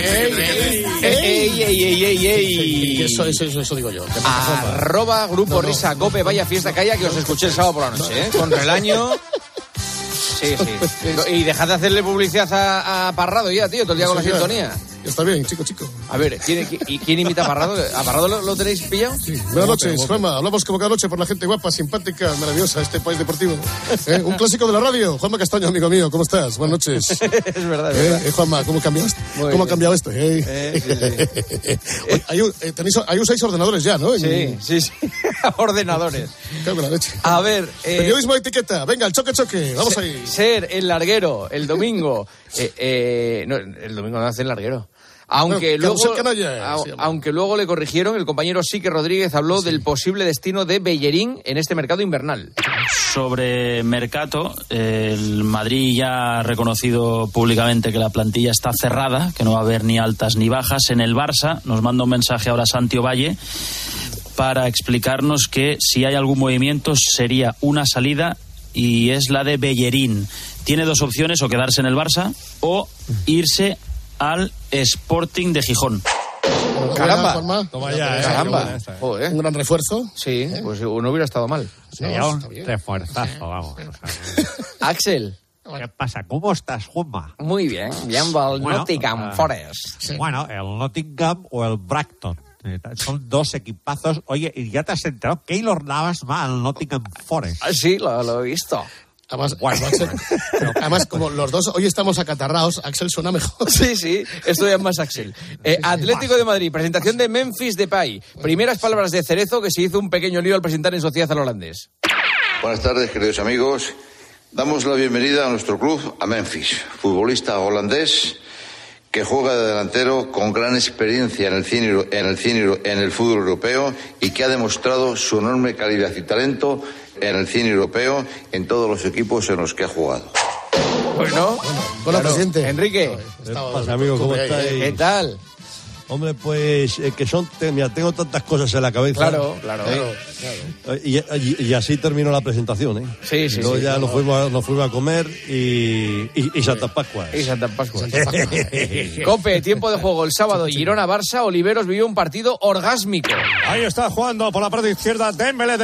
ey! Eso digo yo. @ Grupo Risa COPE, vaya fiesta que haya, que os escuché el sábado por la noche, con Relaño. Sí. Y dejad de hacerle publicidad a Parrado ya, tío, todo el día con la sintonía. Ya está bien, chico. A ver, ¿quién imita a Parrado? ¿A Parrado lo tenéis pillado? Sí. Buenas noches, Juanma. Hablamos como cada noche por la gente guapa, simpática, maravillosa, este país deportivo. Un clásico de la radio. Juanma Castaño, amigo mío, ¿cómo estás? Buenas noches. Es verdad, es verdad. Juanma, ¿cómo ha cambiado esto? Sí. Hay 6 ordenadores ya, ¿no? Sí. Ordenadores. Cago en la leche. A ver... Periodismo de etiqueta. Venga, el choque. Vamos ahí. Ser el larguero, el domingo. El domingo no hace el larguero. Aunque luego le corrigieron, el compañero Sique Rodríguez habló del posible destino de Bellerín en este mercado invernal. Sobre Mercato, el Madrid ya ha reconocido públicamente que la plantilla está cerrada, que no va a haber ni altas ni bajas. En el Barça nos manda un mensaje ahora Santi Ovalle para explicarnos que si hay algún movimiento sería una salida y es la de Bellerín. Tiene 2 opciones, o quedarse en el Barça o irse al Sporting de Gijón. Caramba. Toma ya, Joder. Un gran refuerzo. Sí, pues no hubiera estado mal. Sería un refuerzazo, vamos. Axel. ¿Qué pasa? ¿Cómo estás, Juanma? Muy bien, el Nottingham Forest. Sí. Bueno, el Nottingham o el Brighton. Son 2 equipazos. Oye, ¿y ya te has enterado? Keylor Navas va al Nottingham Forest. Sí, lo he visto. Además, como los dos hoy estamos acatarrados, Axel suena mejor. Sí, esto ya es más Axel. Atlético de Madrid, presentación de Memphis Depay. Primeras palabras de Cerezo, que se hizo un pequeño lío al presentar en sociedad al holandés. Buenas tardes, queridos amigos. Damos la bienvenida a nuestro club, a Memphis, futbolista holandés que juega de delantero con gran experiencia en el fútbol europeo y que ha demostrado su enorme calidad y talento en el cine europeo en todos los equipos en los que ha jugado. Bueno, presidente. Enrique. ¿Qué pasa, amigo? ¿Cómo estáis? ¿Qué tal? Hombre, pues que tengo tantas cosas en la cabeza. Claro. Y así terminó la presentación, ¿eh? Sí. Luego ya nos fuimos a comer y Santa Pascua. Cope, tiempo de juego el sábado. Girona-Barça, Oliveros vivió un partido orgásmico. Ahí está jugando por la parte izquierda Dembélé.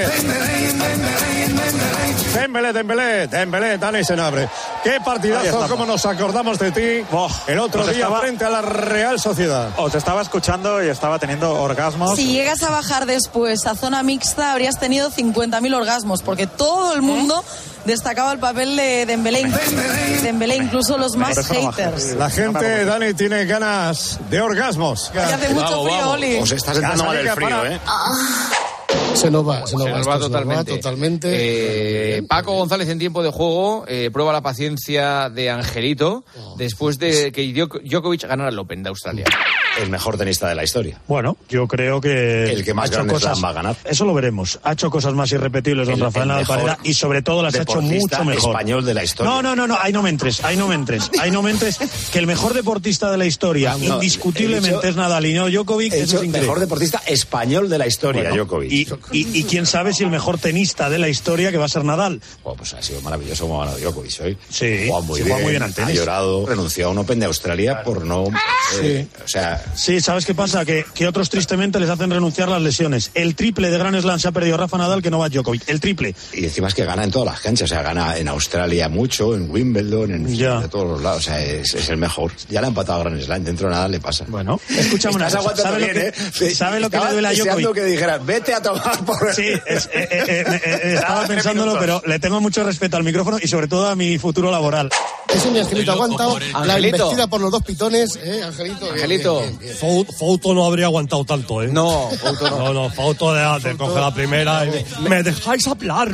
Dembélé, Dani Senabre. Qué partidazo, cómo nos acordamos de ti el otro día frente a la Real Sociedad. Os estaba escuchando y estaba teniendo orgasmos. Si llegas a bajar después a zona mixta, habrías tenido 50.000 orgasmos, porque todo el mundo destacaba el papel de Dembélé, incluso los más haters. La gente, Dani, tiene ganas de orgasmos. Que hace mucho frío, Oli. Os está sentando mal el frío, ¿eh? Se nos va totalmente. Paco González en tiempo de juego prueba la paciencia de Angelito después de que Djokovic ganara el Open de Australia. El mejor tenista de la historia. Bueno, yo creo que el que más Grand Slam va a ganar. Eso lo veremos. Ha hecho cosas más irrepetibles don Rafael Nadal Parera y sobre todo las ha hecho mucho mejor. Español de la historia. No, ahí no me entres, que el mejor deportista de la historia indiscutiblemente es Nadal y no Djokovic. Eso es increíble. Mejor deportista español de la historia, Djokovic. Y quién sabe si el mejor tenista de la historia que va a ser Nadal. Pues ha sido maravilloso como ha ganado Djokovic hoy. Sí, juega muy bien al tenis. Ha llorado, renunció a un Open de Australia por no... Sí, ¿sabes qué pasa? Que otros tristemente les hacen renunciar las lesiones. El triple de Grand Slam se ha perdido Rafa Nadal que no va Djokovic. El triple. Y encima es que gana en todas las canchas. O sea, gana en Australia mucho, en Wimbledon, de todos los lados. O sea, es el mejor. Ya le ha empatado a Grand Slam. Dentro de nada le pasa. Bueno, escúchame una cosa. ¿Sabe lo que le duele a Djokovic? Que dijeran, vete a tomar por... Sí, estaba pensándolo, pero le tengo mucho respeto al micrófono y sobre todo a mi futuro laboral. Eso mi Angelito ha aguantado la embestida por los 2 pitones, Angelito. Fouto no habría aguantado tanto, ¿eh? No, Fouto no. No, Fouto te coge la primera y me dejáis hablar.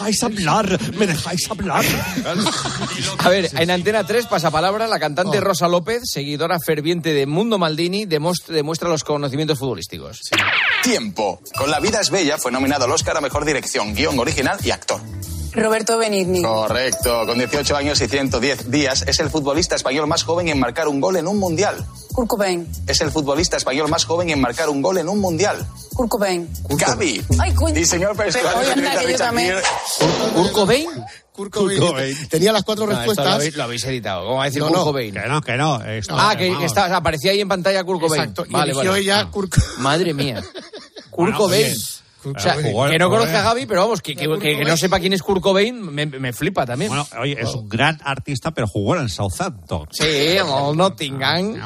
A ver, en Antena 3 pasapalabra, la cantante Rosa López, seguidora ferviente de Mundo Maldini, demuestra los conocimientos futbolísticos. Sí. Tiempo. Con La vida es bella fue nominado al Oscar a Mejor Dirección, Guión Original y Actor. Roberto Benigni. Correcto. Con 18 años y 110 días, es el futbolista español más joven en marcar un gol en un mundial. Kurt Cobain. Es el futbolista español más joven en marcar un gol en un mundial. Kurt Cobain. Gaby. Ay, diseñor personal de Richard Gere. ¿Kurt Cobain? Kurt Cobain. Tenía las 4 respuestas. Lo habéis editado. ¿Cómo va a decir Kurt Cobain? Que no. Que aparecía ahí en pantalla Kurt Cobain. Exacto. Y eligió ella Kurt Cobain. Madre mía. Kurt Cobain. O sea, que no conozca a Gaby, pero vamos, que no sepa quién es Kurt Cobain, me flipa también. Bueno, oye, es un gran artista, pero jugó en el Southampton. Sí, el Nottingham.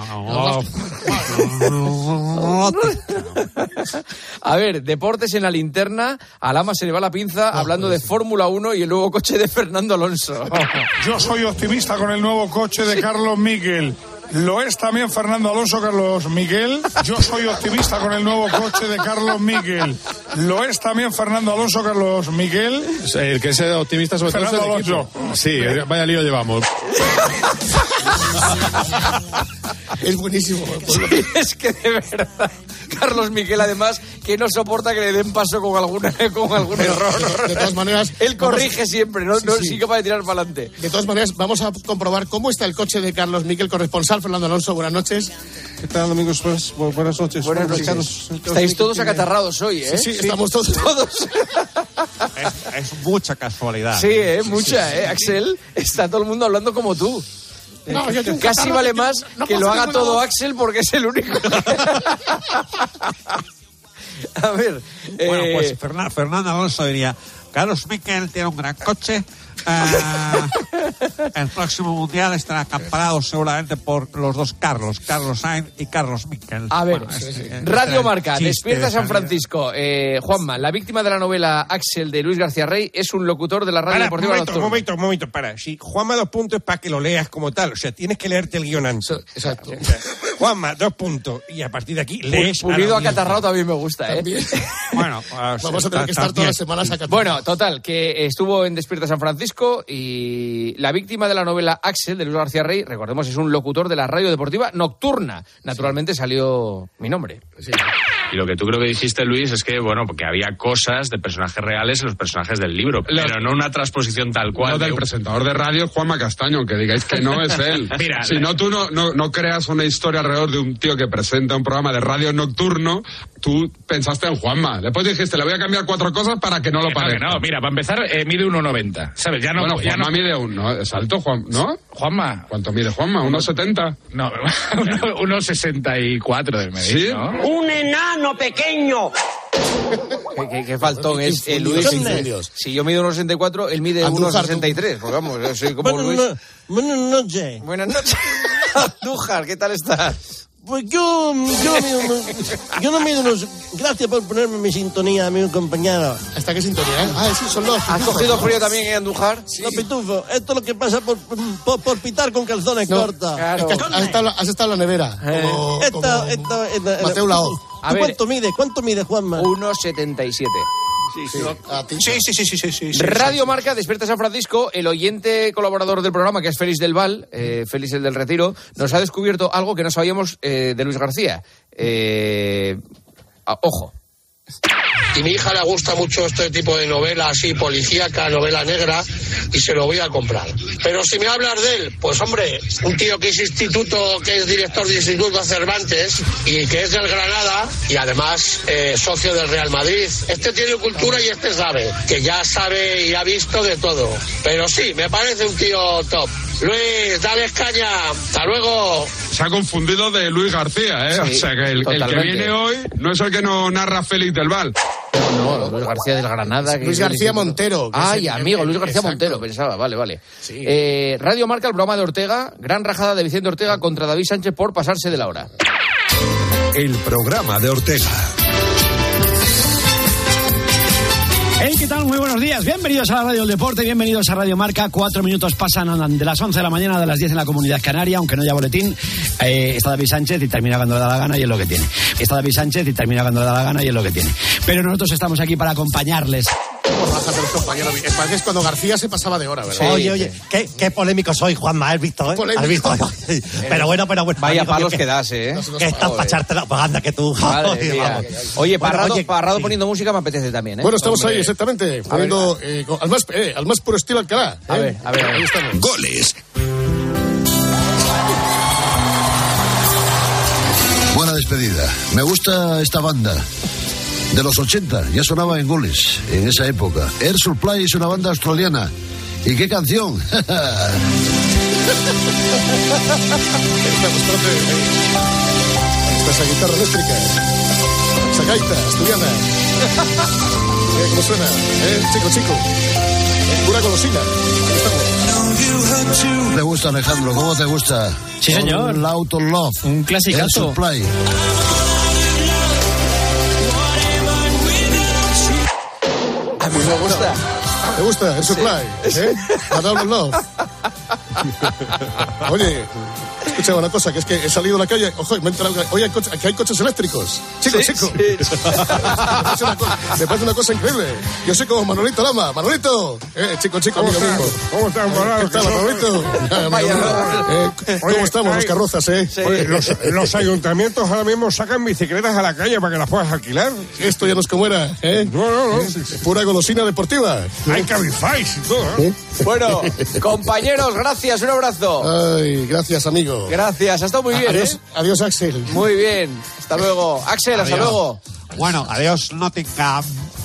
A ver, deportes en la linterna. A Lama se le va la pinza hablando de Fórmula 1 y el nuevo coche de Fernando Alonso. Yo soy optimista con el nuevo coche de Carlos Miguel. Lo es también Fernando Alonso, Carlos Miguel. Yo soy optimista con el nuevo coche de Carlos Miguel. Lo es también Fernando Alonso, Carlos Miguel. El que es optimista sobre Fernando todo es el Alonso. equipo. Sí, vaya lío llevamos. Es buenísimo. Sí, es que de verdad, Carlos Miguel, además, que no soporta que le den paso con algún error. De todas maneras, él corrige siempre, no sí capaz de tirar para adelante. De todas maneras, vamos a comprobar cómo está el coche de Carlos Miguel, corresponsal Fernando Alonso. Buenas noches. ¿Qué tal, amigos? Buenas noches. Buenas noches. Estáis todos acatarrados hoy, ¿eh? Sí, estamos todos. Es mucha casualidad. Sí, mucha, Axel. Está todo el mundo hablando como tú. No, yo casi vale más que lo haga todo Axel porque es el único. A ver. Bueno, pues Fernando Alonso diría: Carlos Miguel tiene un gran coche. El próximo mundial estará acamparado seguramente por los dos Carlos Sainz y Carlos Miguel. A ver, Radio Marca, Despierta San Francisco. Juanma, la víctima de la novela Axel de Luis García Rey es un locutor de la radio deportiva nocturna. Un momento, para. Si Juanma 2 puntos es para que lo leas como tal, o sea, tienes que leerte el guion antes. Exacto. O sea, Juanma 2 puntos y a partir de aquí lees. Pulido acatarrado también me gusta, Bueno, vamos a tener que estar todas las semanas acatarrados. Bueno, total, que estuvo en Despierta San Francisco y la víctima de la novela Axel de Luis García Rey, recordemos, es un locutor de la radio deportiva nocturna. Naturalmente salió mi nombre. Sí. Y lo que tú creo que dijiste, Luis, es que, bueno, porque había cosas de personajes reales en los personajes del libro, pero no una transposición tal cual. No, del presentador de radio, Juanma Castaño, aunque digáis que no es él. Mira, si no, tú no creas una historia alrededor de un tío que presenta un programa de radio nocturno, tú pensaste en Juanma. Después dijiste, le voy a cambiar 4 cosas para que no lo parezca. No, mira, para empezar, mide 1,90, ¿sabes? Ya no, bueno, ya Juanma mide es alto, ¿no? Juanma. ¿Cuánto mide Juanma? ¿1,70? No, 1,64 de medir, ¿sí? ¿no? ¡Un enano pequeño! ¿Qué faltón es Luis? Si yo mido 1,64, él mide 1,63. Pues vamos, yo soy como Luis. Buenas noches. Buenas noches. Andújar, ¿qué tal estás? Pues yo no mido unos... Gracias por ponerme mi sintonía, amigo compañero. ¿Hasta qué sintonía, eh? Ah, sí, son los... ¿Has cogido frío también, Andújar? Sí. No, pitufo. Esto es lo que pasa por pitar con calzones cortos. Claro. Es que has estado en la nevera. Mateo Lao. ¿Cuánto mide, Juanma? 1,77. Sí. Radio Marca, Despierta San Francisco. El oyente colaborador del programa, que es Félix del Val, Félix el del Retiro, nos ha descubierto algo que no sabíamos de Luis García. Ojo. Y a mi hija le gusta mucho este tipo de novela así policíaca, novela negra, y se lo voy a comprar. Pero si me hablas de él, pues hombre, un tío que es director de Instituto Cervantes y que es del Granada y además socio del Real Madrid. Este tiene cultura y este sabe, que ya sabe y ha visto de todo. Pero sí, me parece un tío top. Luis, dale caña. Hasta luego. Se ha confundido de Luis García, ¿eh? Sí, o sea, que el que viene hoy no es el que nos narra Félix del Val. No, Luis García del Granada. Luis García Montero. Ay, amigo, Luis García Montero, pensaba. Vale. Sí. Radio Marca, el programa de Ortega. Gran rajada de Vicente Ortega contra David Sánchez por pasarse de la hora. El programa de Ortega. Hey, ¿qué tal? Muy buenos días. Bienvenidos a la Radio del Deporte, bienvenidos a Radio Marca. 4 minutos pasan de las 11 de la mañana, de las 10 en la Comunidad Canaria, aunque no haya boletín. Está David Sánchez y termina cuando le da la gana y es lo que tiene. Pero nosotros estamos aquí para acompañarles. Es cuando García se pasaba de hora, ¿verdad? Sí, oye, qué polémico soy, Juanma, ¿has visto? ¿Has visto? Pero bueno. Vaya palos que das, ¿eh? Que estás para echártela, pues anda, que tú... Oye, Parrado poniendo música me apetece también, ¿eh? Bueno, estamos ahí, exactamente, poniendo al más puro estilo Alcalá. A ver, ahí estamos. Goles. Buena despedida. Me gusta esta banda. De los 80, ya sonaba en Goles, en esa época. Air Supply es una banda australiana. ¿Y qué canción? Esta esa guitarra eléctrica, esa gaita asturiana. ¿Cómo suena? Chico. Pura golosina. ¿Te gusta, Alejandro? ¿Cómo te gusta? Sí, señor. Loud of Love. Un clasicazo. Air Supply. A mí me gusta. ¿Te gusta? Air Supply. Loud of Love. Oye, escucha una cosa, que es que he salido a la calle, ojo, me he enterado que hoy hay coches eléctricos. Chico. Sí. Me parece una cosa increíble. Yo soy como Manolito Lama. Manolito. Chico, amigo mío. ¿Cómo estás, Manolito? ¿Qué tal, Manolito? ¿Cómo estamos, los carrozas, Sí. Oye, los ayuntamientos ahora mismo sacan bicicletas a la calle para que las puedas alquilar. Esto ya no es como era, No. Pura golosina deportiva. Hay Cabify y todo, Bueno, compañeros, gracias, un abrazo. Ay, gracias, amigo. Gracias, ha estado muy bien. Adiós, Axel. Muy bien, hasta luego. Axel, hasta luego. Bueno, adiós, Nottingham.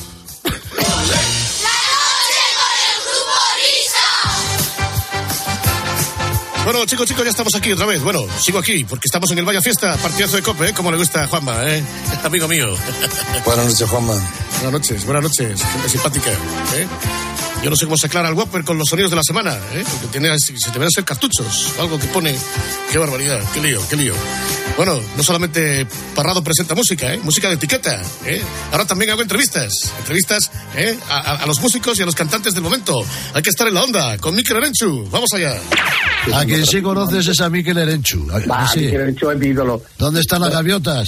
Bueno, chicos, ya estamos aquí otra vez. Bueno, sigo aquí porque estamos en el Vaya Fiesta, partidazo de COPE, como le gusta a Juanma, amigo mío. Buenas noches, Juanma. Buenas noches, gente simpática, Yo no sé cómo se aclara el Whopper con los sonidos de la semana, porque se deberían ser cartuchos, algo que pone... ¡Qué barbaridad! ¡Qué lío! Bueno, no solamente Parrado presenta música, música de etiqueta, Ahora también hago entrevistas, a los músicos y a los cantantes del momento. Hay que estar en la onda con Mikel Erenchu. Vamos allá. A quien sí conoces es a Mikel Erenchu. Sí. Mikel Erenchu es mi ídolo. ¿Dónde están las gaviotas?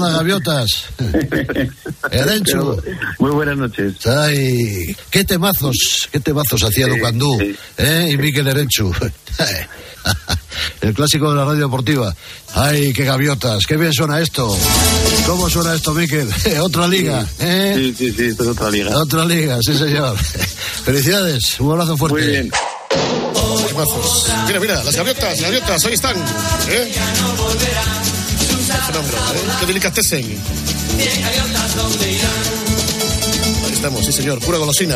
Erenchu. Muy buenas noches. Ay, qué temazos hacía Ducandú, y Mikel Erenchu. El clásico de la radio deportiva. Ay, qué gaviotas, qué bien suena esto. ¿Cómo suena esto, Mikel? Otra liga, Sí, esto es otra liga. Otra liga, sí, señor. Felicidades, un abrazo fuerte. Muy bien. Mira, las gaviotas, ahí están. Qué fenómeno, qué delicatessen. Ahí estamos, sí, señor, pura golosina.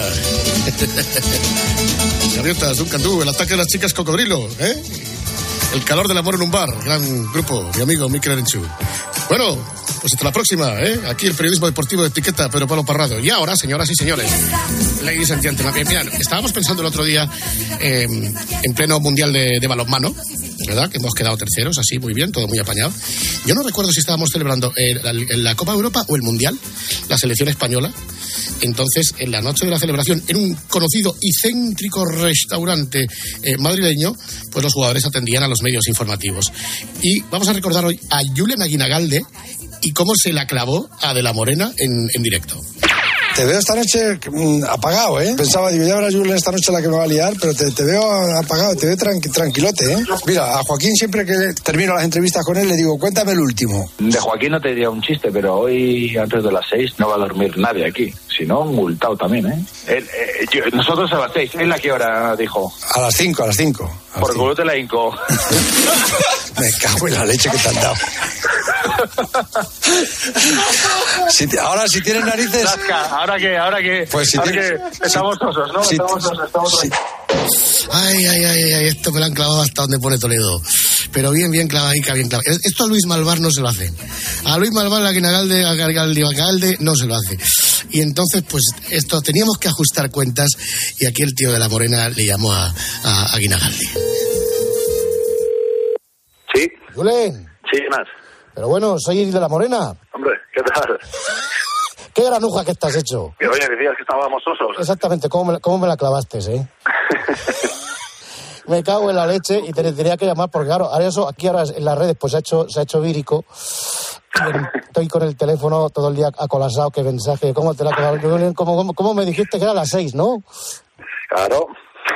Gaviotas, Ducandú, el ataque de las chicas cocodrilo, El calor del amor en un bar, gran grupo, mi amigo Mikel Erenchu. Bueno, pues hasta la próxima, Aquí el periodismo deportivo de etiqueta, pero Pablo Parrado. Y ahora, señoras y señores, ladies and gentlemen, mirad, estábamos pensando el otro día en pleno mundial de balonmano, ¿verdad? Que hemos quedado terceros, así, muy bien, todo muy apañado. Yo no recuerdo si estábamos celebrando la Copa Europa o el Mundial, la selección española. Entonces, en la noche de la celebración, en un conocido y céntrico restaurante madrileño, pues los jugadores atendían a los medios informativos. Y vamos a recordar hoy a Julen Aguinagalde y cómo se la clavó a De la Morena en directo. Te veo esta noche apagado, Pensaba, digo, ya verás Julen esta noche la que me va a liar, pero te veo apagado, te veo tranquilote, Mira, a Joaquín siempre que termino las entrevistas con él le digo, cuéntame el último. De Joaquín no te diría un chiste, pero hoy antes de las 6 no va a dormir nadie aquí. Si no, multado también, nosotros a las 6. ¿Él a qué hora dijo? A las 5. Por culo te la hinco. Me cago en la leche que te han dado. Ahora si tienes narices... ¿Ahora qué? Pues si tienes... Estamos tosos, ¿no? Estamos tosos. Ay, esto me lo han clavado hasta donde pone Toledo. Pero bien clavadica, bien clavada. Esto a Luis Malvar no se lo hace. A Luis Malvar, a Aguinagalde no se lo hace. Y entonces, pues, esto teníamos que ajustar cuentas y aquí el tío de la Morena le llamó a Aguinagalde. ¿Sí? Julen. Sí, más. Pero bueno, soy de la Morena. Hombre, ¿qué tal? Qué granuja que estás hecho. Que oye, decías que estábamos sosos. Exactamente, ¿cómo me la clavaste, Me cago en la leche y te tendría que llamar porque, claro, ahora en las redes pues se ha hecho vírico. Estoy con el teléfono todo el día acolasado, que mensaje, ¿cómo te la clavas? ¿Cómo me dijiste que era a las 6, no? Claro.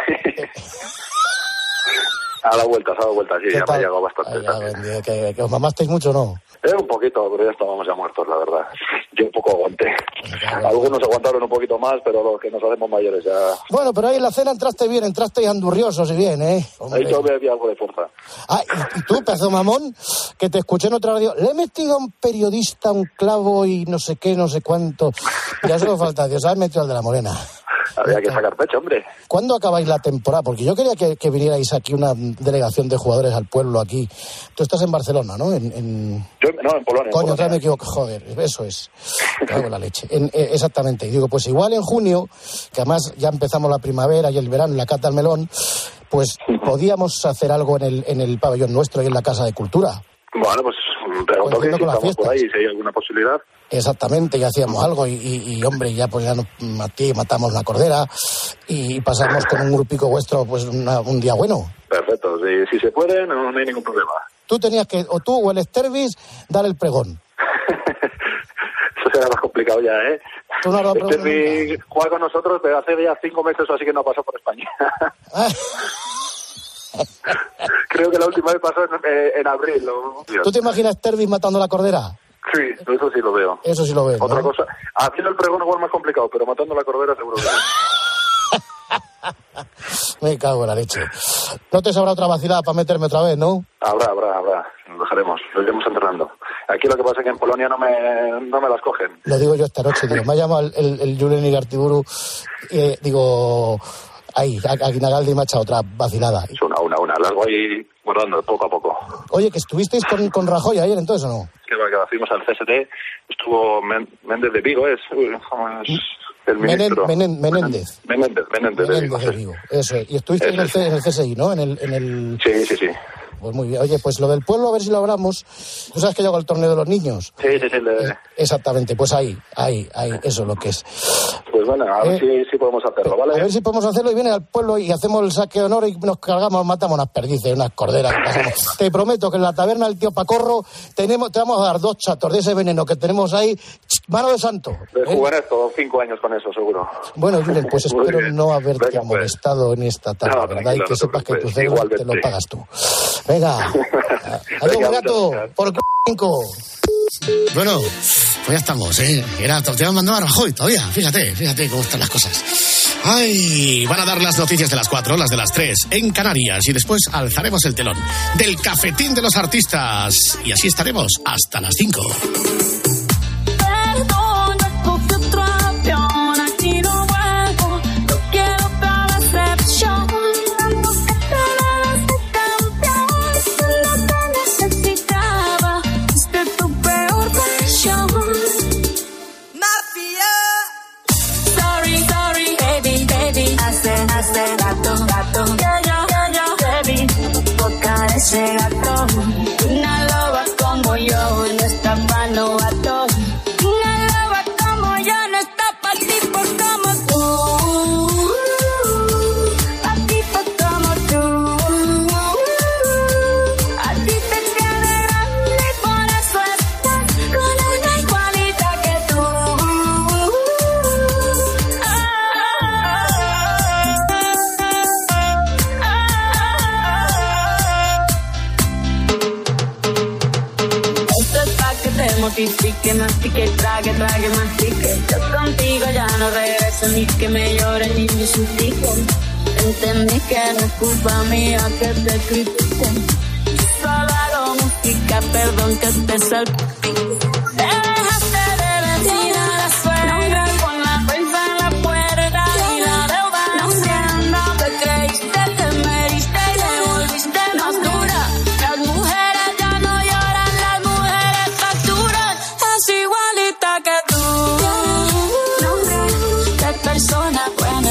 Ha dado vueltas, sí, ya me ha llegado bastante. Que os mamasteis mucho, ¿no? Un poquito, pero ya estábamos ya muertos, la verdad. Yo un poco aguanté. Algunos aguantaron un poquito más, pero los que nos hacemos mayores ya... Bueno, pero ahí en la cena entraste andurriosos y bien, Hombre. Ahí todavía había algo de fuerza. Ah, y tú, pedazo mamón, que te escuché en otra radio, le he metido a un periodista un clavo y no sé qué, no sé cuánto. Ya solo falta, Dios, has metido al de la Morena. Había que sacar pecho, hombre. ¿Cuándo acabáis la temporada? Porque yo quería que vinierais aquí una delegación de jugadores al pueblo aquí. Tú estás en Barcelona, ¿no? Yo, no, en Polonia. Coño, otra vez me equivoco. Joder, eso es. Cago la leche. Exactamente. Y digo, pues igual en junio, que además ya empezamos la primavera y el verano, la cata al melón, pues podíamos hacer algo en el pabellón nuestro y en la Casa de Cultura. Bueno, pues pregunto que si estamos por ahí, si hay alguna posibilidad. Exactamente, ya hacíamos algo y hombre, ya pues ya matamos la cordera y pasamos con un grupico vuestro pues un día bueno. Perfecto, si se puede, no hay ningún problema. Tú tenías que, o tú o el Stervis, dar el pregón. Eso será más complicado ya, ¿eh? Tú no has dado pregón nunca. Juega con nosotros, pero hace ya 5 meses o así que no pasó por España. Creo que la última vez pasó en abril. ¿Tú te imaginas Stervis matando la cordera? Sí, eso sí lo veo. Eso sí lo veo. Otra cosa, haciendo el pregón igual más complicado, pero matando la cordera seguro que Me cago en la leche. ¿No te sobra otra vacilada para meterme otra vez, no? Habrá. Lo dejaremos, lo iremos entrenando. Aquí lo que pasa es que en Polonia no me las cogen. Lo digo yo esta noche, digo, me ha llamado el Julen Igartiburu, digo... Ahí, a Guinagaldi me ha echado otra vacilada. Es una. Las voy guardando poco a poco. Oye, que estuvisteis con Rajoy ayer entonces, ¿o no? Que fuimos al CST, estuvo Méndez de Vigo, es el ministro. Menéndez de Vigo. Eso es. Y estuviste en el CSI, ¿no? En el... Sí. Pues muy bien. Oye, pues lo del pueblo, a ver si lo hablamos. Tú sabes que llegó el torneo de los niños. Sí. Exactamente, pues ahí, eso es lo que es. Pues bueno, a ver si podemos hacerlo, ¿vale? A ver si podemos hacerlo y viene al pueblo y hacemos el saque de honor y nos matamos unas perdices, unas corderas. Te prometo que en la taberna del tío Pacorro te vamos a dar 2 chatos de ese veneno que tenemos ahí, mano de santo. Jugaré estos 5 años con eso, seguro. Bueno, Julen, pues espero no haberte molestado en esta tarde, ¿verdad? Y que sepas que tu cerebro te lo pagas tú. Venga, adiós, gato, por c***. Bueno, pues ya estamos, ¿eh? Te han mandado a Rajoy todavía, fíjate cómo están las cosas. Ay, van a dar las noticias de las 4, las de las 3 en Canarias y después alzaremos el telón del cafetín de los artistas y así estaremos hasta las 5. Ese gato, una loba como yo no está pa' novatos. Una loba como yo no está pa' tipos como tú. Pa' tipos como tú. A ti te queda grande y por eso estás con una igualita que tú. Mortifique, mastique, trague, mastique. Yo contigo ya no regreso, ni que me llore ni me suplique. Entendí que no es culpa mía que te critiquen. Solo hago música, perdón que te salpique. Te dejaste de decir a la suegra con la prensa en la puerta y la deuda naciendo. Te creíste, te mediste y te volviste más dura. Las mujeres ya no lloran, las mujeres facturan. Es igualita que tú. De persona buena.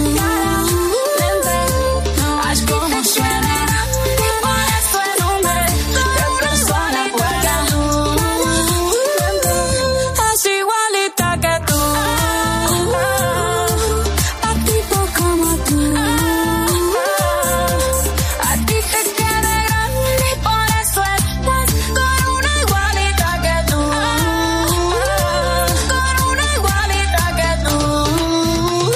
Haz como suena. Y por eso el nombre de persona buena. Es igualita que tú. A tipo como tú. A ti te queda grande y por eso estás con una igualita que tú. Con una igualita que tú.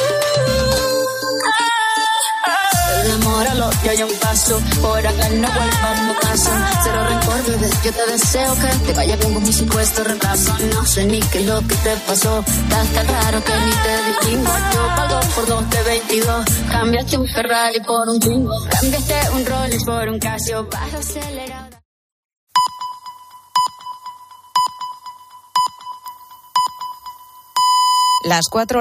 Enamóralo, que hay un paso. Por acá no vuelvas a casa. Cero rencor, bebé. Yo te deseo que te vaya bien con mi supuesto reemplazo. No sé ni qué es lo que te pasó. Estás tan raro que ni te distingo. Yo pago por 2 de 22. Cambiaste un Ferrari por un Twingo. Cambiaste un Rolex por un Casio. Bajo acelerado. Las 4